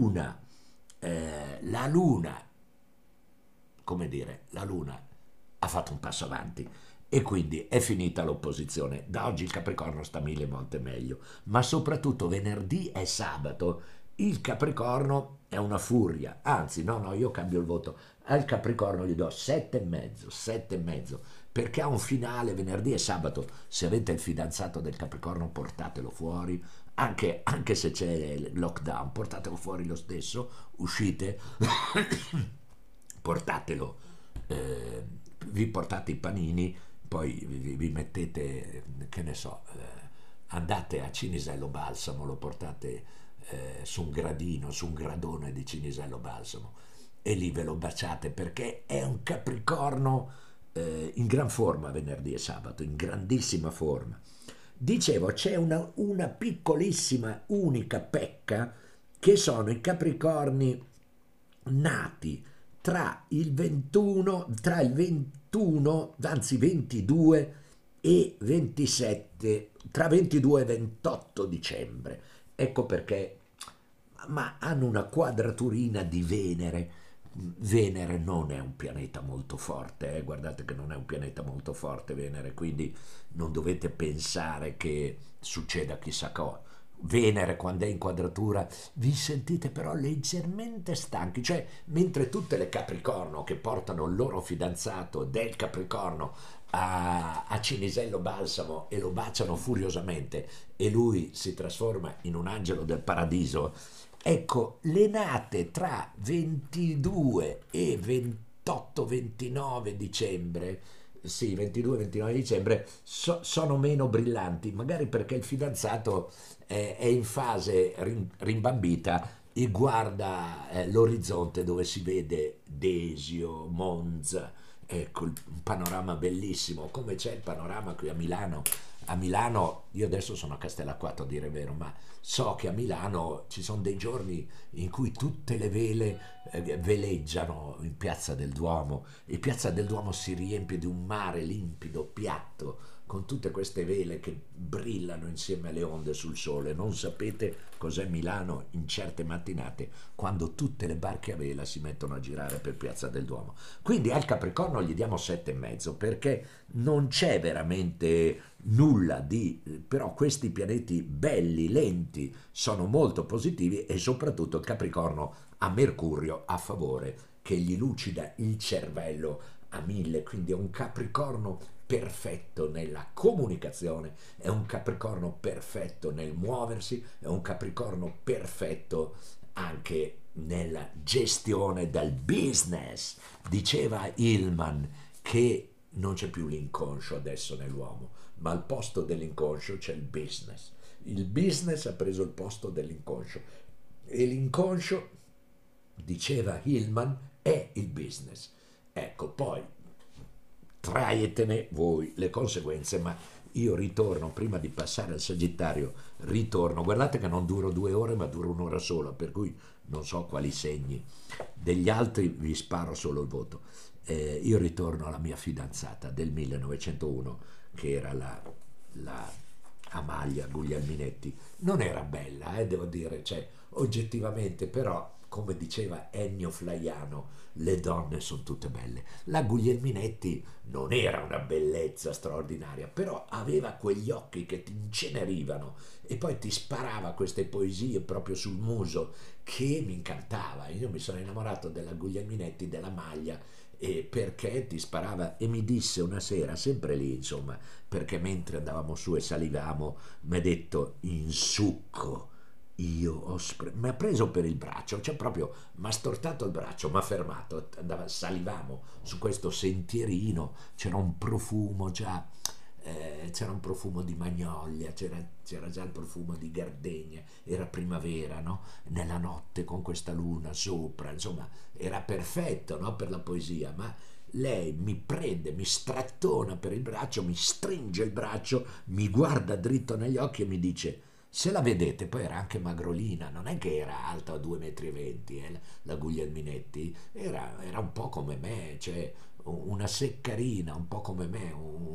la luna, come dire, la luna ha fatto un passo avanti, e quindi è finita l'opposizione. Da oggi il Capricorno sta 1000 volte meglio, ma soprattutto venerdì e sabato il Capricorno è una furia. Anzi, no, io cambio il voto. Al Capricorno gli do 7,5, 7,5, perché ha un finale venerdì e sabato. Se avete il fidanzato del Capricorno, portatelo fuori, anche se c'è il lockdown, portatelo fuori lo stesso, uscite, portatelo, vi portate i panini, poi vi mettete, che ne so, andate a Cinisello Balsamo, lo portate su un gradino, su un gradone di Cinisello Balsamo, e lì ve lo baciate, perché è un Capricorno in gran forma venerdì e sabato, in grandissima forma. Dicevo, c'è una piccolissima, unica pecca, che sono i Capricorni nati tra il 21, anzi 22 e 27, tra 22 e 28 dicembre. Ecco perché, ma hanno una quadraturina di Venere. Venere non è un pianeta molto forte, guardate che non è un pianeta molto forte Venere, quindi non dovete pensare che succeda chissà cosa. Venere quando è in quadratura vi sentite però leggermente stanchi, cioè mentre tutte le Capricorno che portano il loro fidanzato del Capricorno a Cinisello Balsamo e lo baciano furiosamente e lui si trasforma in un angelo del paradiso, ecco, le nate tra 22 e 28-29 dicembre, sì, 22-29 dicembre, sono meno brillanti, magari perché il fidanzato è in fase rimbambita e guarda l'orizzonte dove si vede Desio, Monza, ecco, un panorama bellissimo, come c'è il panorama qui a Milano. A Milano, io adesso sono a Castellaquato a dire il vero, ma so che a Milano ci sono dei giorni in cui tutte le vele veleggiano in Piazza del Duomo, e Piazza del Duomo si riempie di un mare limpido, piatto, con tutte queste vele che brillano insieme alle onde sul sole. Non sapete cos'è Milano in certe mattinate, quando tutte le barche a vela si mettono a girare per Piazza del Duomo. Quindi al Capricorno gli diamo 7,5, perché non c'è veramente nulla di... però questi pianeti belli, lenti, sono molto positivi, e soprattutto il Capricorno ha Mercurio a favore, che gli lucida il cervello a 1000, quindi è un Capricorno perfetto nella comunicazione, è un Capricorno perfetto nel muoversi, è un Capricorno perfetto anche nella gestione del business. Diceva Hillman che non c'è più l'inconscio adesso nell'uomo, ma al posto dell'inconscio c'è il business. Il business ha preso il posto dell'inconscio, e l'inconscio, diceva Hillman, è il business. Ecco, poi traetene voi le conseguenze, ma io ritorno, prima di passare al Sagittario, ritorno, guardate che non duro 2 ore, ma duro 1 ora sola, per cui non so quali segni, degli altri vi sparo solo il voto. Io ritorno alla mia fidanzata del 1901, che era la Amalia Guglielminetti. Non era bella, devo dire, cioè, oggettivamente, però, come diceva Ennio Flaiano, le donne sono tutte belle. La Guglielminetti non era una bellezza straordinaria, però aveva quegli occhi che ti incenerivano, e poi ti sparava queste poesie proprio sul muso che mi incantava. Io mi sono innamorato della Guglielminetti, della Maglia, perché ti sparava. E mi disse una sera, sempre lì insomma, perché mentre andavamo su e salivamo, mi ha detto: in succo mi ha preso per il braccio, cioè proprio mi ha stortato il braccio, mi ha fermato, salivamo su questo sentierino, c'era un profumo già, c'era un profumo di magnolia, c'era già il profumo di gardenia, era primavera, no? Nella notte con questa luna sopra, insomma era perfetto, no? Per la poesia. Ma lei mi prende, mi strattona per il braccio, mi stringe il braccio, mi guarda dritto negli occhi e mi dice: se la vedete, poi era anche magrolina, non è che era alta a 2,20 m, la Guglielminetti, era un po' come me, cioè una seccarina, un po' come me,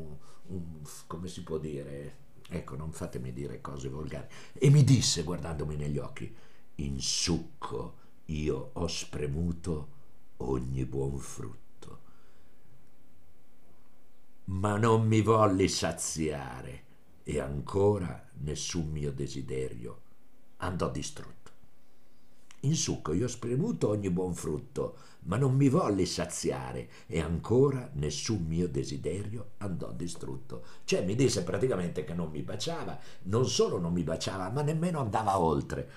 come si può dire, ecco, non fatemi dire cose volgari. E mi disse, guardandomi negli occhi: in succo io ho spremuto ogni buon frutto, ma non mi volli saziare, e ancora nessun mio desiderio andò distrutto. In succo io ho spremuto ogni buon frutto, ma non mi volli saziare, e ancora nessun mio desiderio andò distrutto. Cioè mi disse praticamente che non mi baciava, non solo non mi baciava, ma nemmeno andava oltre,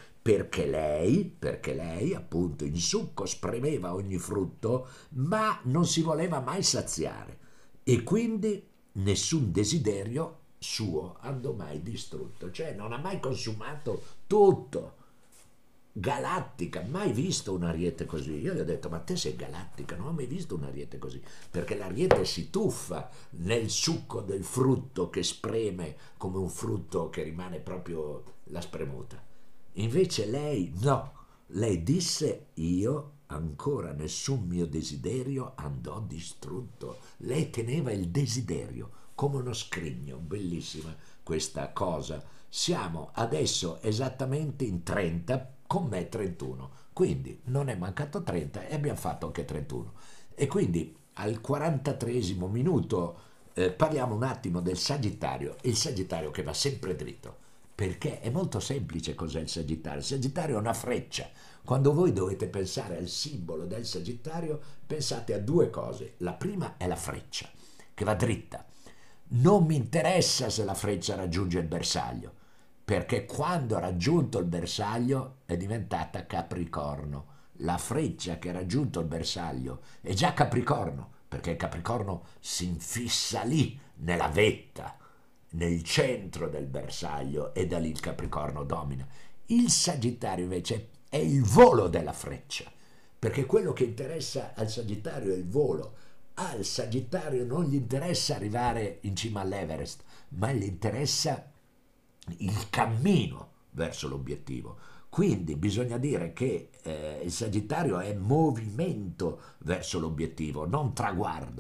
perché lei appunto in succo spremeva ogni frutto, ma non si voleva mai saziare, e quindi nessun desiderio suo andò mai distrutto, cioè non ha mai consumato tutto. Galattica, mai visto un ariete così. Io gli ho detto: ma te sei galattica, non ho mai visto un ariete così, perché l'ariete si tuffa nel succo del frutto, che spreme come un frutto che rimane proprio la spremuta. Invece lei no, lei disse: io ancora nessun mio desiderio andò distrutto. Lei teneva il desiderio come uno scrigno. Bellissima questa cosa. Siamo adesso esattamente in 30, con me 31, quindi non è mancato 30 e abbiamo fatto anche 31. E quindi al 43esimo minuto parliamo un attimo del Sagittario, il Sagittario che va sempre dritto, perché è molto semplice cos'è il Sagittario. Il Sagittario è una freccia. Quando voi dovete pensare al simbolo del Sagittario, pensate a 2 cose. La prima è la freccia, che va dritta. Non mi interessa se la freccia raggiunge il bersaglio, perché quando ha raggiunto il bersaglio è diventata Capricorno. La freccia che ha raggiunto il bersaglio è già Capricorno, perché il Capricorno si infissa lì, nella vetta, nel centro del bersaglio, e da lì il Capricorno domina. Il Sagittario invece è il volo della freccia, perché quello che interessa al Sagittario è il volo. Al Sagittario non gli interessa arrivare in cima all'Everest, ma gli interessa il cammino verso l'obiettivo. Quindi bisogna dire che il Sagittario è movimento verso l'obiettivo, non traguardo.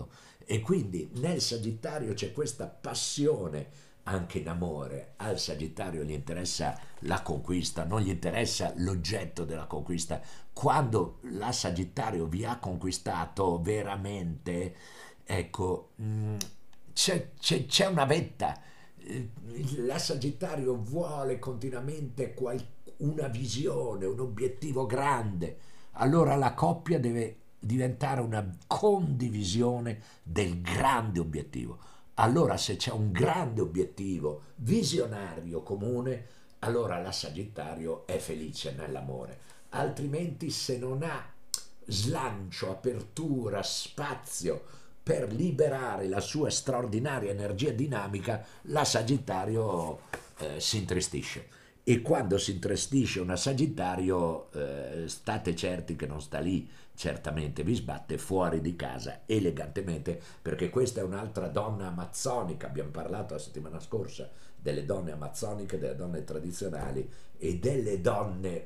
E quindi nel Sagittario c'è questa passione anche in amore. Al Sagittario gli interessa la conquista, non gli interessa l'oggetto della conquista. Quando la Sagittario vi ha conquistato veramente, ecco, c'è una vetta. La Sagittario vuole continuamente una visione, un obiettivo grande. Allora la coppia deve diventare una condivisione del grande obiettivo. Allora se c'è un grande obiettivo visionario comune, allora la Sagittario è felice nell'amore. Altrimenti se non ha slancio, apertura, spazio per liberare la sua straordinaria energia dinamica, la Sagittario si intristisce. E quando si intristisce una Sagittario, state certi che non sta lì, certamente vi sbatte fuori di casa elegantemente, perché questa è un'altra donna amazzonica. Abbiamo parlato la settimana scorsa delle donne amazzoniche, delle donne tradizionali e delle donne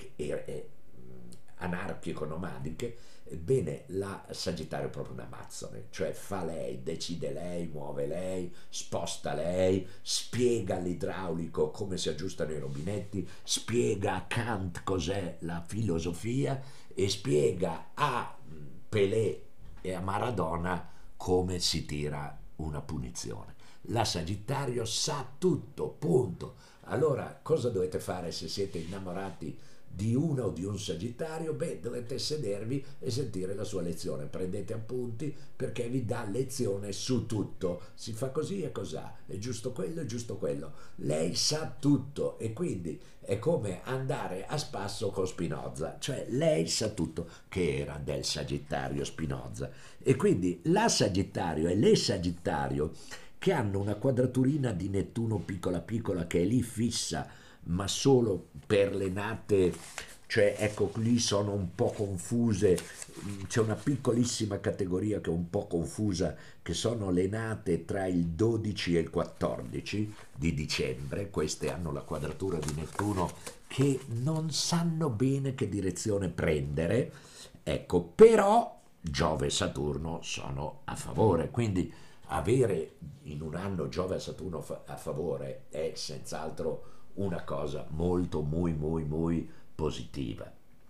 anarchico-nomadiche. Ebbene, la Sagittario è proprio una Amazzone, cioè fa lei, decide lei, muove lei, sposta lei, spiega all'idraulico come si aggiustano i rubinetti, spiega a Kant cos'è la filosofia e spiega a Pelé e a Maradona come si tira una punizione. La Sagittario sa tutto, punto. Allora, cosa dovete fare se siete innamorati di una o di un Sagittario? Beh, dovete sedervi e sentire la sua lezione, prendete appunti perché vi dà lezione su tutto, si fa così e cos'ha, è giusto quello, è giusto quello, lei sa tutto e quindi è come andare a spasso con Spinoza, cioè lei sa tutto, che era del Sagittario Spinoza. E quindi la Sagittario e le Sagittario che hanno una quadraturina di Nettuno piccola piccola che è lì fissa, ma solo per le nate, cioè ecco lì sono un po' confuse, c'è una piccolissima categoria che è un po' confusa, che sono le nate tra il 12 e il 14 di dicembre. Queste hanno la quadratura di Nettuno che non sanno bene che direzione prendere, ecco, però Giove e Saturno sono a favore, quindi avere in un anno Giove e Saturno a favore è senz'altro una cosa molto muy positiva.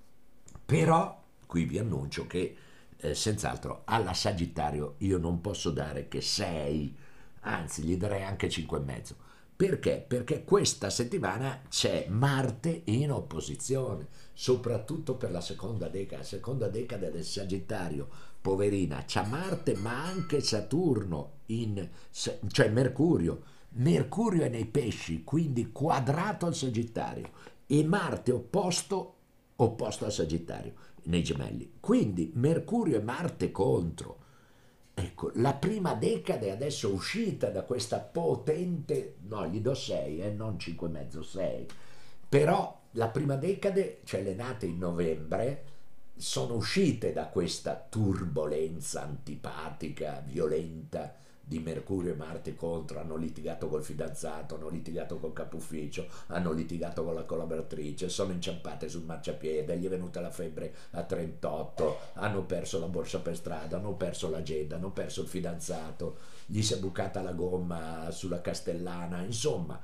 Però qui vi annuncio che senz'altro alla Sagittario io non posso dare che 6, anzi gli darei anche 5,5. Perché? Perché questa settimana c'è Marte in opposizione, soprattutto per la seconda decada del Sagittario, poverina, c'ha Marte ma anche Saturno, cioè Mercurio. Mercurio è nei pesci, quindi quadrato al Sagittario, e Marte opposto al Sagittario, nei gemelli. Quindi Mercurio e Marte contro. Ecco, la prima decade è adesso uscita da questa potente, no, gli do 6, non 5,5, 6. Però la prima decade, cioè le nate in novembre, sono uscite da questa turbolenza antipatica, violenta di Mercurio e Marte contro, hanno litigato col fidanzato, hanno litigato col capo ufficio, hanno litigato con la collaboratrice, sono inciampate sul marciapiede, gli è venuta la febbre a 38, hanno perso la borsa per strada, hanno perso l'agenda, hanno perso il fidanzato, gli si è bucata la gomma sulla Castellana, insomma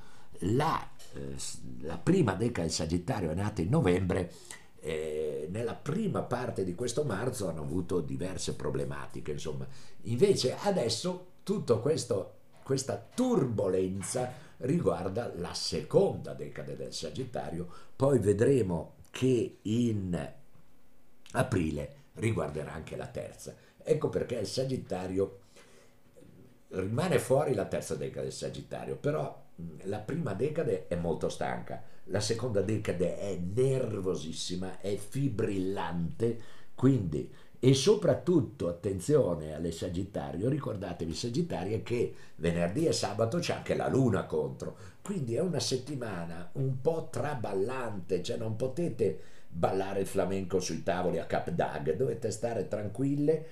la prima decade del Sagittario è nata in novembre. Nella prima parte di questo marzo hanno avuto diverse problematiche, insomma. Invece adesso questa turbolenza riguarda la seconda decade del Sagittario, poi vedremo che in aprile riguarderà anche la terza. Ecco perché il Sagittario rimane fuori la terza decade del Sagittario, però la prima decade è molto stanca, la seconda decade è nervosissima, è fibrillante, quindi, e soprattutto attenzione alle Sagittario, ricordatevi Sagittario che venerdì e sabato c'è anche la luna contro, quindi è una settimana un po' traballante, cioè non potete ballare il flamenco sui tavoli a Cap d'Agde, dovete stare tranquille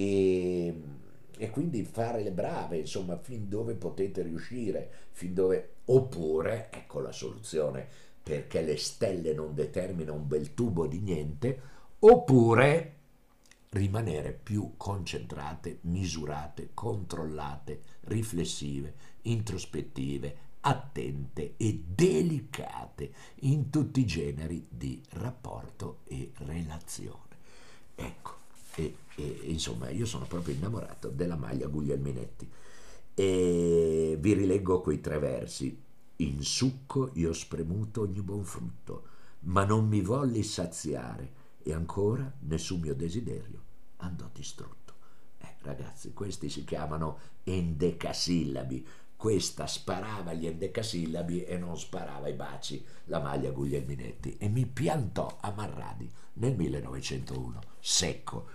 e quindi fare le brave, insomma, fin dove potete riuscire, fin dove, oppure, ecco la soluzione, perché le stelle non determinano un bel tubo di niente, oppure rimanere più concentrate, misurate, controllate, riflessive, introspettive, attente e delicate in tutti i generi di rapporto e relazione. Ecco, insomma, io sono proprio innamorato della maglia Guglielminetti. E vi rileggo quei 3 versi. In succo io ho spremuto ogni buon frutto, ma non mi volli saziare, e ancora nessun mio desiderio andò distrutto. Ragazzi, questi si chiamano endecasillabi. Questa sparava gli endecasillabi e non sparava i baci, la maglia Guglielminetti, e mi piantò a Marradi nel 1901, secco.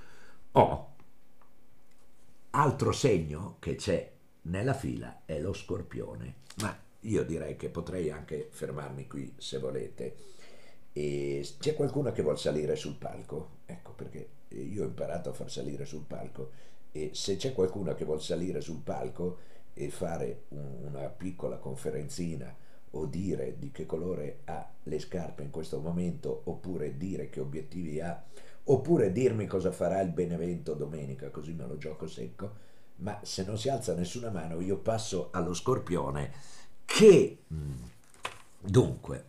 Altro segno che c'è nella fila è lo Scorpione, ma io direi che potrei anche fermarmi qui se volete. E c'è qualcuno che vuol salire sul palco? Ecco, perché io ho imparato a far salire sul palco, e se c'è qualcuno che vuol salire sul palco e fare una piccola conferenzina, o dire di che colore ha le scarpe in questo momento, oppure dire che obiettivi ha, oppure dirmi cosa farà il Benevento domenica, così me lo gioco secco. Ma se non si alza nessuna mano, io passo allo Scorpione, che dunque,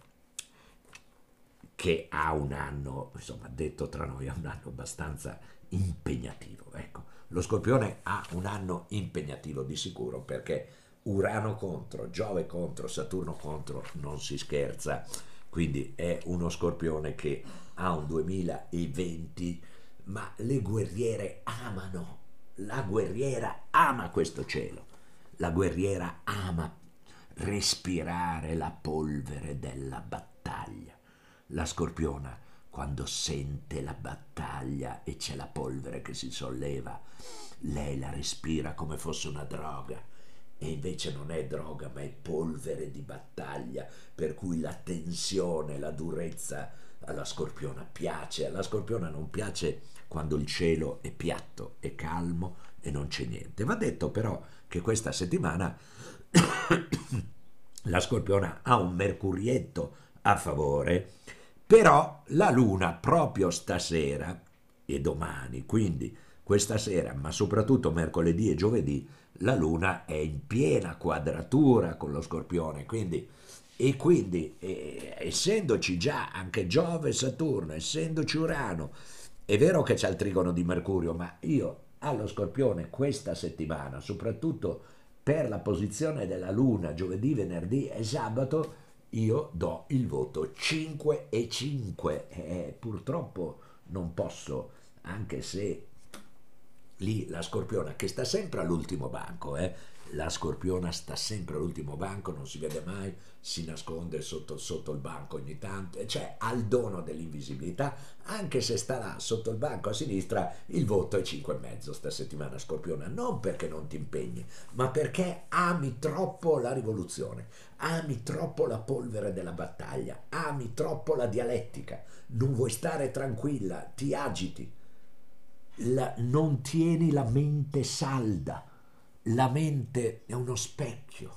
che ha un anno, insomma, detto tra noi, ha un anno abbastanza impegnativo. Ecco, lo Scorpione ha un anno impegnativo di sicuro, perché Urano contro, Giove contro, Saturno contro, non si scherza. Quindi è uno Scorpione che ha un 2020, ma le guerriere amano, la guerriera ama questo cielo, la guerriera ama respirare la polvere della battaglia. La Scorpiona, quando sente la battaglia e c'è la polvere che si solleva, lei la respira come fosse una droga, e invece non è droga, ma è polvere di battaglia, per cui la tensione, la durezza alla Scorpiona piace. Alla Scorpiona non piace quando il cielo è piatto, è calmo e non c'è niente. Va detto però che questa settimana la Scorpiona ha un mercurietto a favore, però la Luna proprio stasera e domani, quindi questa sera, ma soprattutto mercoledì e giovedì, la Luna è in piena quadratura con lo Scorpione, quindi essendoci già anche Giove e Saturno, essendoci Urano, è vero che c'è il trigono di Mercurio, ma io allo Scorpione questa settimana, soprattutto per la posizione della Luna giovedì, venerdì e sabato, io do il voto 5 e 5. Purtroppo non posso, anche se lì la Scorpiona, che sta sempre all'ultimo banco, la Scorpiona sta sempre all'ultimo banco, non si vede mai, si nasconde sotto il banco ogni tanto, cioè ha il dono dell'invisibilità. Anche se sta là sotto il banco a sinistra, il voto è 5,5 sta settimana, Scorpiona, non perché non ti impegni, ma perché ami troppo la rivoluzione, ami troppo la polvere della battaglia, ami troppo la dialettica, non vuoi stare tranquilla, ti agiti. Non tieni la mente salda, la mente è uno specchio.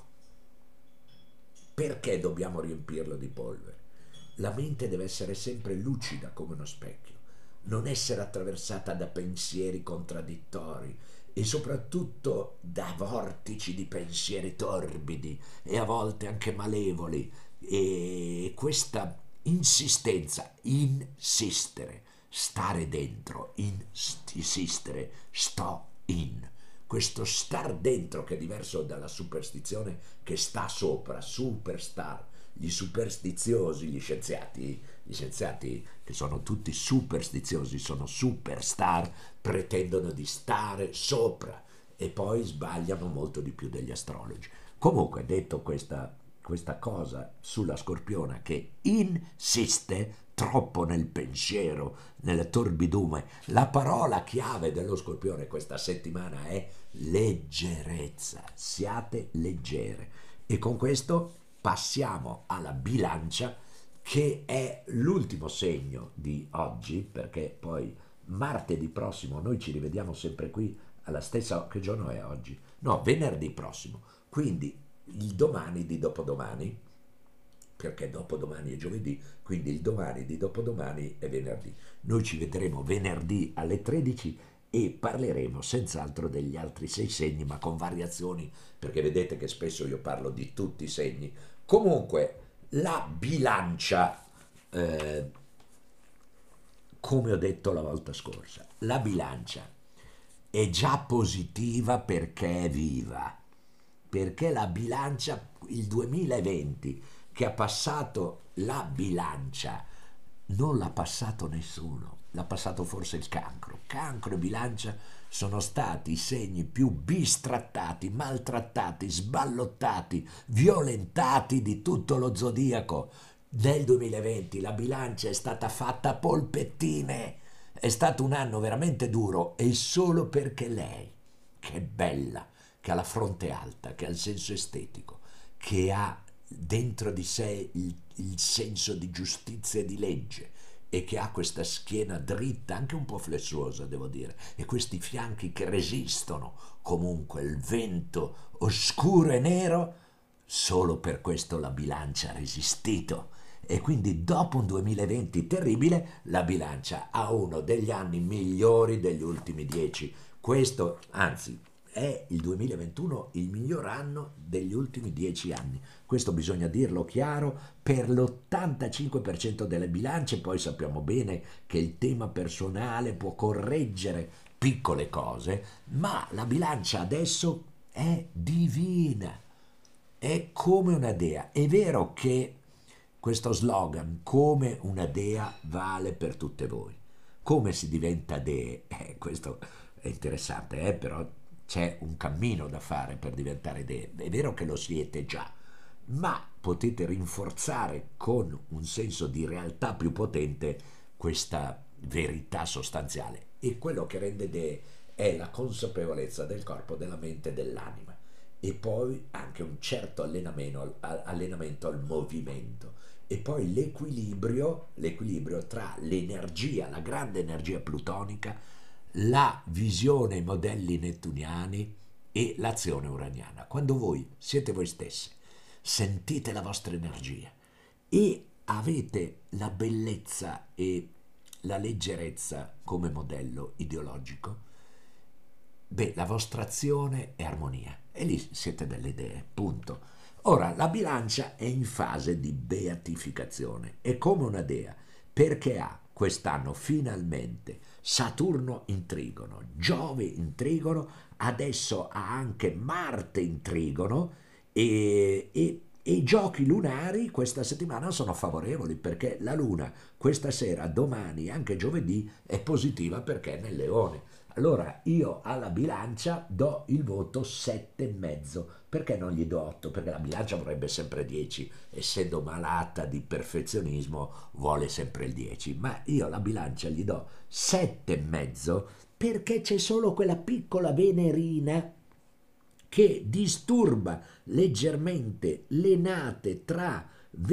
Perché dobbiamo riempirlo di polvere? La mente deve essere sempre lucida come uno specchio, non essere attraversata da pensieri contraddittori e soprattutto da vortici di pensieri torbidi e a volte anche malevoli, e questa insistenza, insistere, stare dentro, insistere, sto in. Questo star dentro, che è diverso dalla superstizione che sta sopra, superstar. Gli superstiziosi, gli scienziati che sono tutti superstiziosi, sono superstar, pretendono di stare sopra e poi sbagliano molto di più degli astrologi. Comunque, detto questa cosa sulla Scorpiona che insiste troppo nel pensiero, nel torbidume, la parola chiave dello Scorpione questa settimana è leggerezza. Siate leggere. E con questo passiamo alla Bilancia, che è l'ultimo segno di oggi, perché poi martedì prossimo noi ci rivediamo sempre qui alla stessa. Che giorno è oggi? No, venerdì prossimo. Quindi il domani di dopodomani, perché dopodomani è giovedì, quindi il domani di dopodomani è venerdì. Noi ci vedremo venerdì alle 13 e parleremo senz'altro degli altri 6 segni, ma con variazioni, perché vedete che spesso io parlo di tutti i segni. Comunque, la bilancia, eh, come ho detto la volta scorsa, la bilancia è già positiva perché è viva, perché la bilancia, il 2020 che ha passato la bilancia, non l'ha passato nessuno, l'ha passato forse il cancro. Cancro e bilancia sono stati i segni più bistrattati, maltrattati, sballottati, violentati di tutto lo zodiaco. Nel 2020 la bilancia è stata fatta a polpettine, è stato un anno veramente duro e solo perché lei, che è bella, che ha la fronte alta, che ha il senso estetico, che ha dentro di sé il senso di giustizia e di legge e che ha questa schiena dritta, anche un po' flessuosa devo dire, e questi fianchi che resistono comunque il vento oscuro e nero, solo per questo la bilancia ha resistito. E quindi dopo un 2020 terribile, la bilancia ha uno degli anni migliori degli ultimi 10. Questo, anzi, è il 2021 il miglior anno degli ultimi 10 anni. Questo bisogna dirlo chiaro per l'85% delle bilance, poi sappiamo bene che il tema personale può correggere piccole cose, ma la bilancia adesso è divina, è come una dea. È vero che questo slogan, come una dea, vale per tutte voi. Come si diventa dee? Questo è interessante, però c'è un cammino da fare per diventare dee. È vero che lo siete già, ma potete rinforzare con un senso di realtà più potente questa verità sostanziale. E quello che rende dee è la consapevolezza del corpo, della mente e dell'anima. E poi anche un certo allenamento al movimento e poi l'equilibrio tra l'energia, la grande energia plutonica, la visione, i modelli nettuniani e l'azione uraniana. Quando voi siete voi stessi, sentite la vostra energia e avete la bellezza e la leggerezza come modello ideologico, beh, la vostra azione è armonia e lì siete delle idee, punto. Ora, la bilancia è in fase di beatificazione, è come una dea, perché ha quest'anno finalmente Saturno in trigono, Giove in trigono, adesso ha anche Marte in trigono e i giochi lunari questa settimana sono favorevoli perché la Luna questa sera, domani e anche giovedì è positiva perché è nel Leone. Allora io alla bilancia do il voto 7,5. Perché non gli do 8? Perché la bilancia vorrebbe sempre 10, essendo malata di perfezionismo vuole sempre il 10, ma io alla bilancia gli do 7,5 perché c'è solo quella piccola venerina che disturba leggermente le nate tra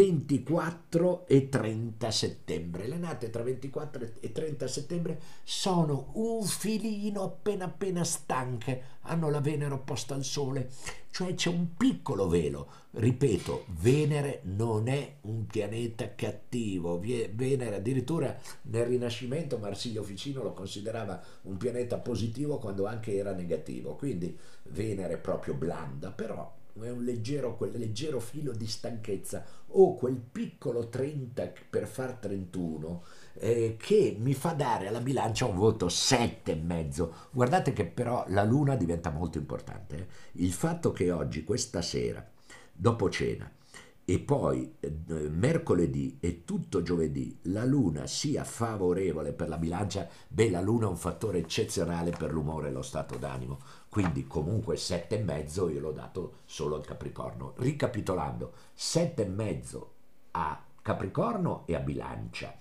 24 e 30 settembre. Le nate tra 24 e 30 settembre sono un filino appena stanche, hanno la Venere opposta al Sole, cioè c'è un piccolo velo. Ripeto, Venere non è un pianeta cattivo. Venere addirittura nel Rinascimento Marsilio Ficino lo considerava un pianeta positivo quando anche era negativo, quindi Venere è proprio blanda, però è quel leggero filo di stanchezza o quel piccolo 30 per far 31 che mi fa dare alla bilancia un voto 7,5. Guardate che però la luna diventa molto importante. Il fatto che oggi, questa sera, dopo cena, e poi mercoledì e tutto giovedì la luna sia favorevole per la bilancia, beh, la luna è un fattore eccezionale per l'umore e lo stato d'animo, quindi comunque 7,5 io l'ho dato solo al Capricorno. Ricapitolando, 7,5 a Capricorno e a bilancia,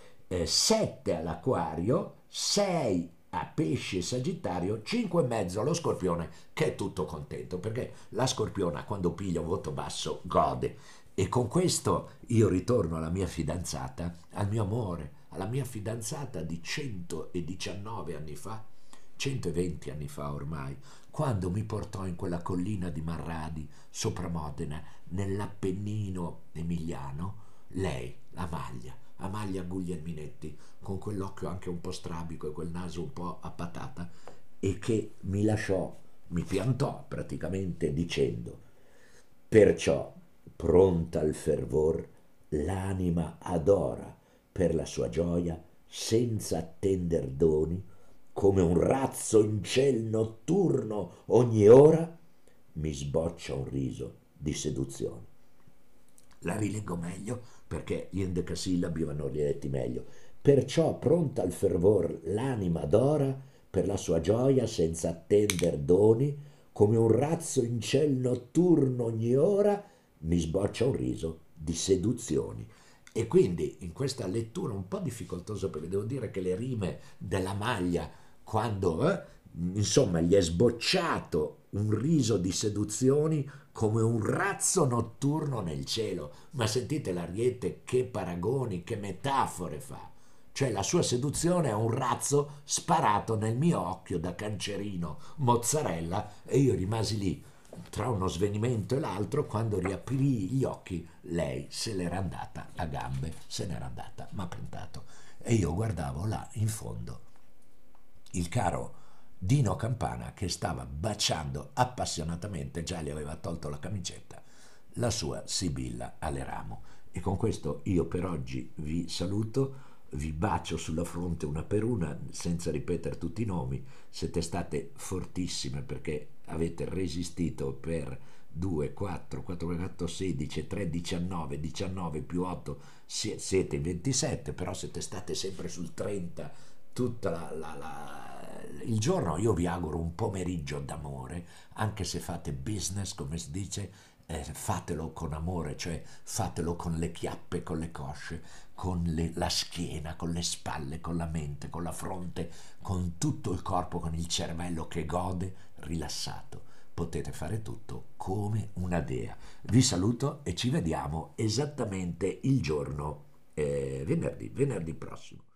7 all'Acquario, 6 a Pesci e Sagittario, 5,5 allo Scorpione, che è tutto contento perché la Scorpiona quando piglia un voto basso gode. E con questo io ritorno alla mia fidanzata, al mio amore, alla mia fidanzata di 119 anni fa, 120 anni fa ormai, quando mi portò in quella collina di Marradi, sopra Modena, nell'Appennino emiliano, lei, Amalia Guglielminetti, con quell'occhio anche un po' strabico e quel naso un po' a patata, e che mi lasciò, mi piantò praticamente dicendo: perciò, pronta al fervor, l'anima adora per la sua gioia, senza attender doni, come un razzo in ciel notturno ogni ora, mi sboccia un riso di seduzione. La rileggo meglio perché gli endecasillabi vanno riletti meglio. Perciò pronta al fervor l'anima adora per la sua gioia senza attender doni, come un razzo in ciel notturno ogni ora mi sboccia un riso di seduzioni. E quindi in questa lettura un po' difficoltosa, perché devo dire che le rime della maglia, quando insomma gli è sbocciato un riso di seduzioni come un razzo notturno nel cielo, ma sentite l'Ariete che paragoni, che metafore fa. Cioè la sua seduzione è un razzo sparato nel mio occhio da cancerino, mozzarella, e io rimasi lì tra uno svenimento e l'altro. Quando riaprii gli occhi, lei se n'era andata a gambe, se n'era andata, m'ha piantato. E io guardavo là in fondo il caro Dino Campana che stava baciando appassionatamente, già gli aveva tolto la camicetta, la sua Sibilla Aleramo. E con questo io per oggi vi saluto, vi bacio sulla fronte una per una, senza ripetere tutti i nomi. Siete state fortissime perché avete resistito per 2, 4, 4, 4, 16, 3, 19, 19 più 8, siete in 27, però siete state sempre sul 30 tutta il giorno. Io vi auguro un pomeriggio d'amore, anche se fate business, come si dice, fatelo con amore, cioè fatelo con le chiappe, con le cosce, con la schiena, con le spalle, con la mente, con la fronte, con tutto il corpo, con il cervello che gode, rilassato. Potete fare tutto come una dea. Vi saluto e ci vediamo esattamente il giorno venerdì prossimo.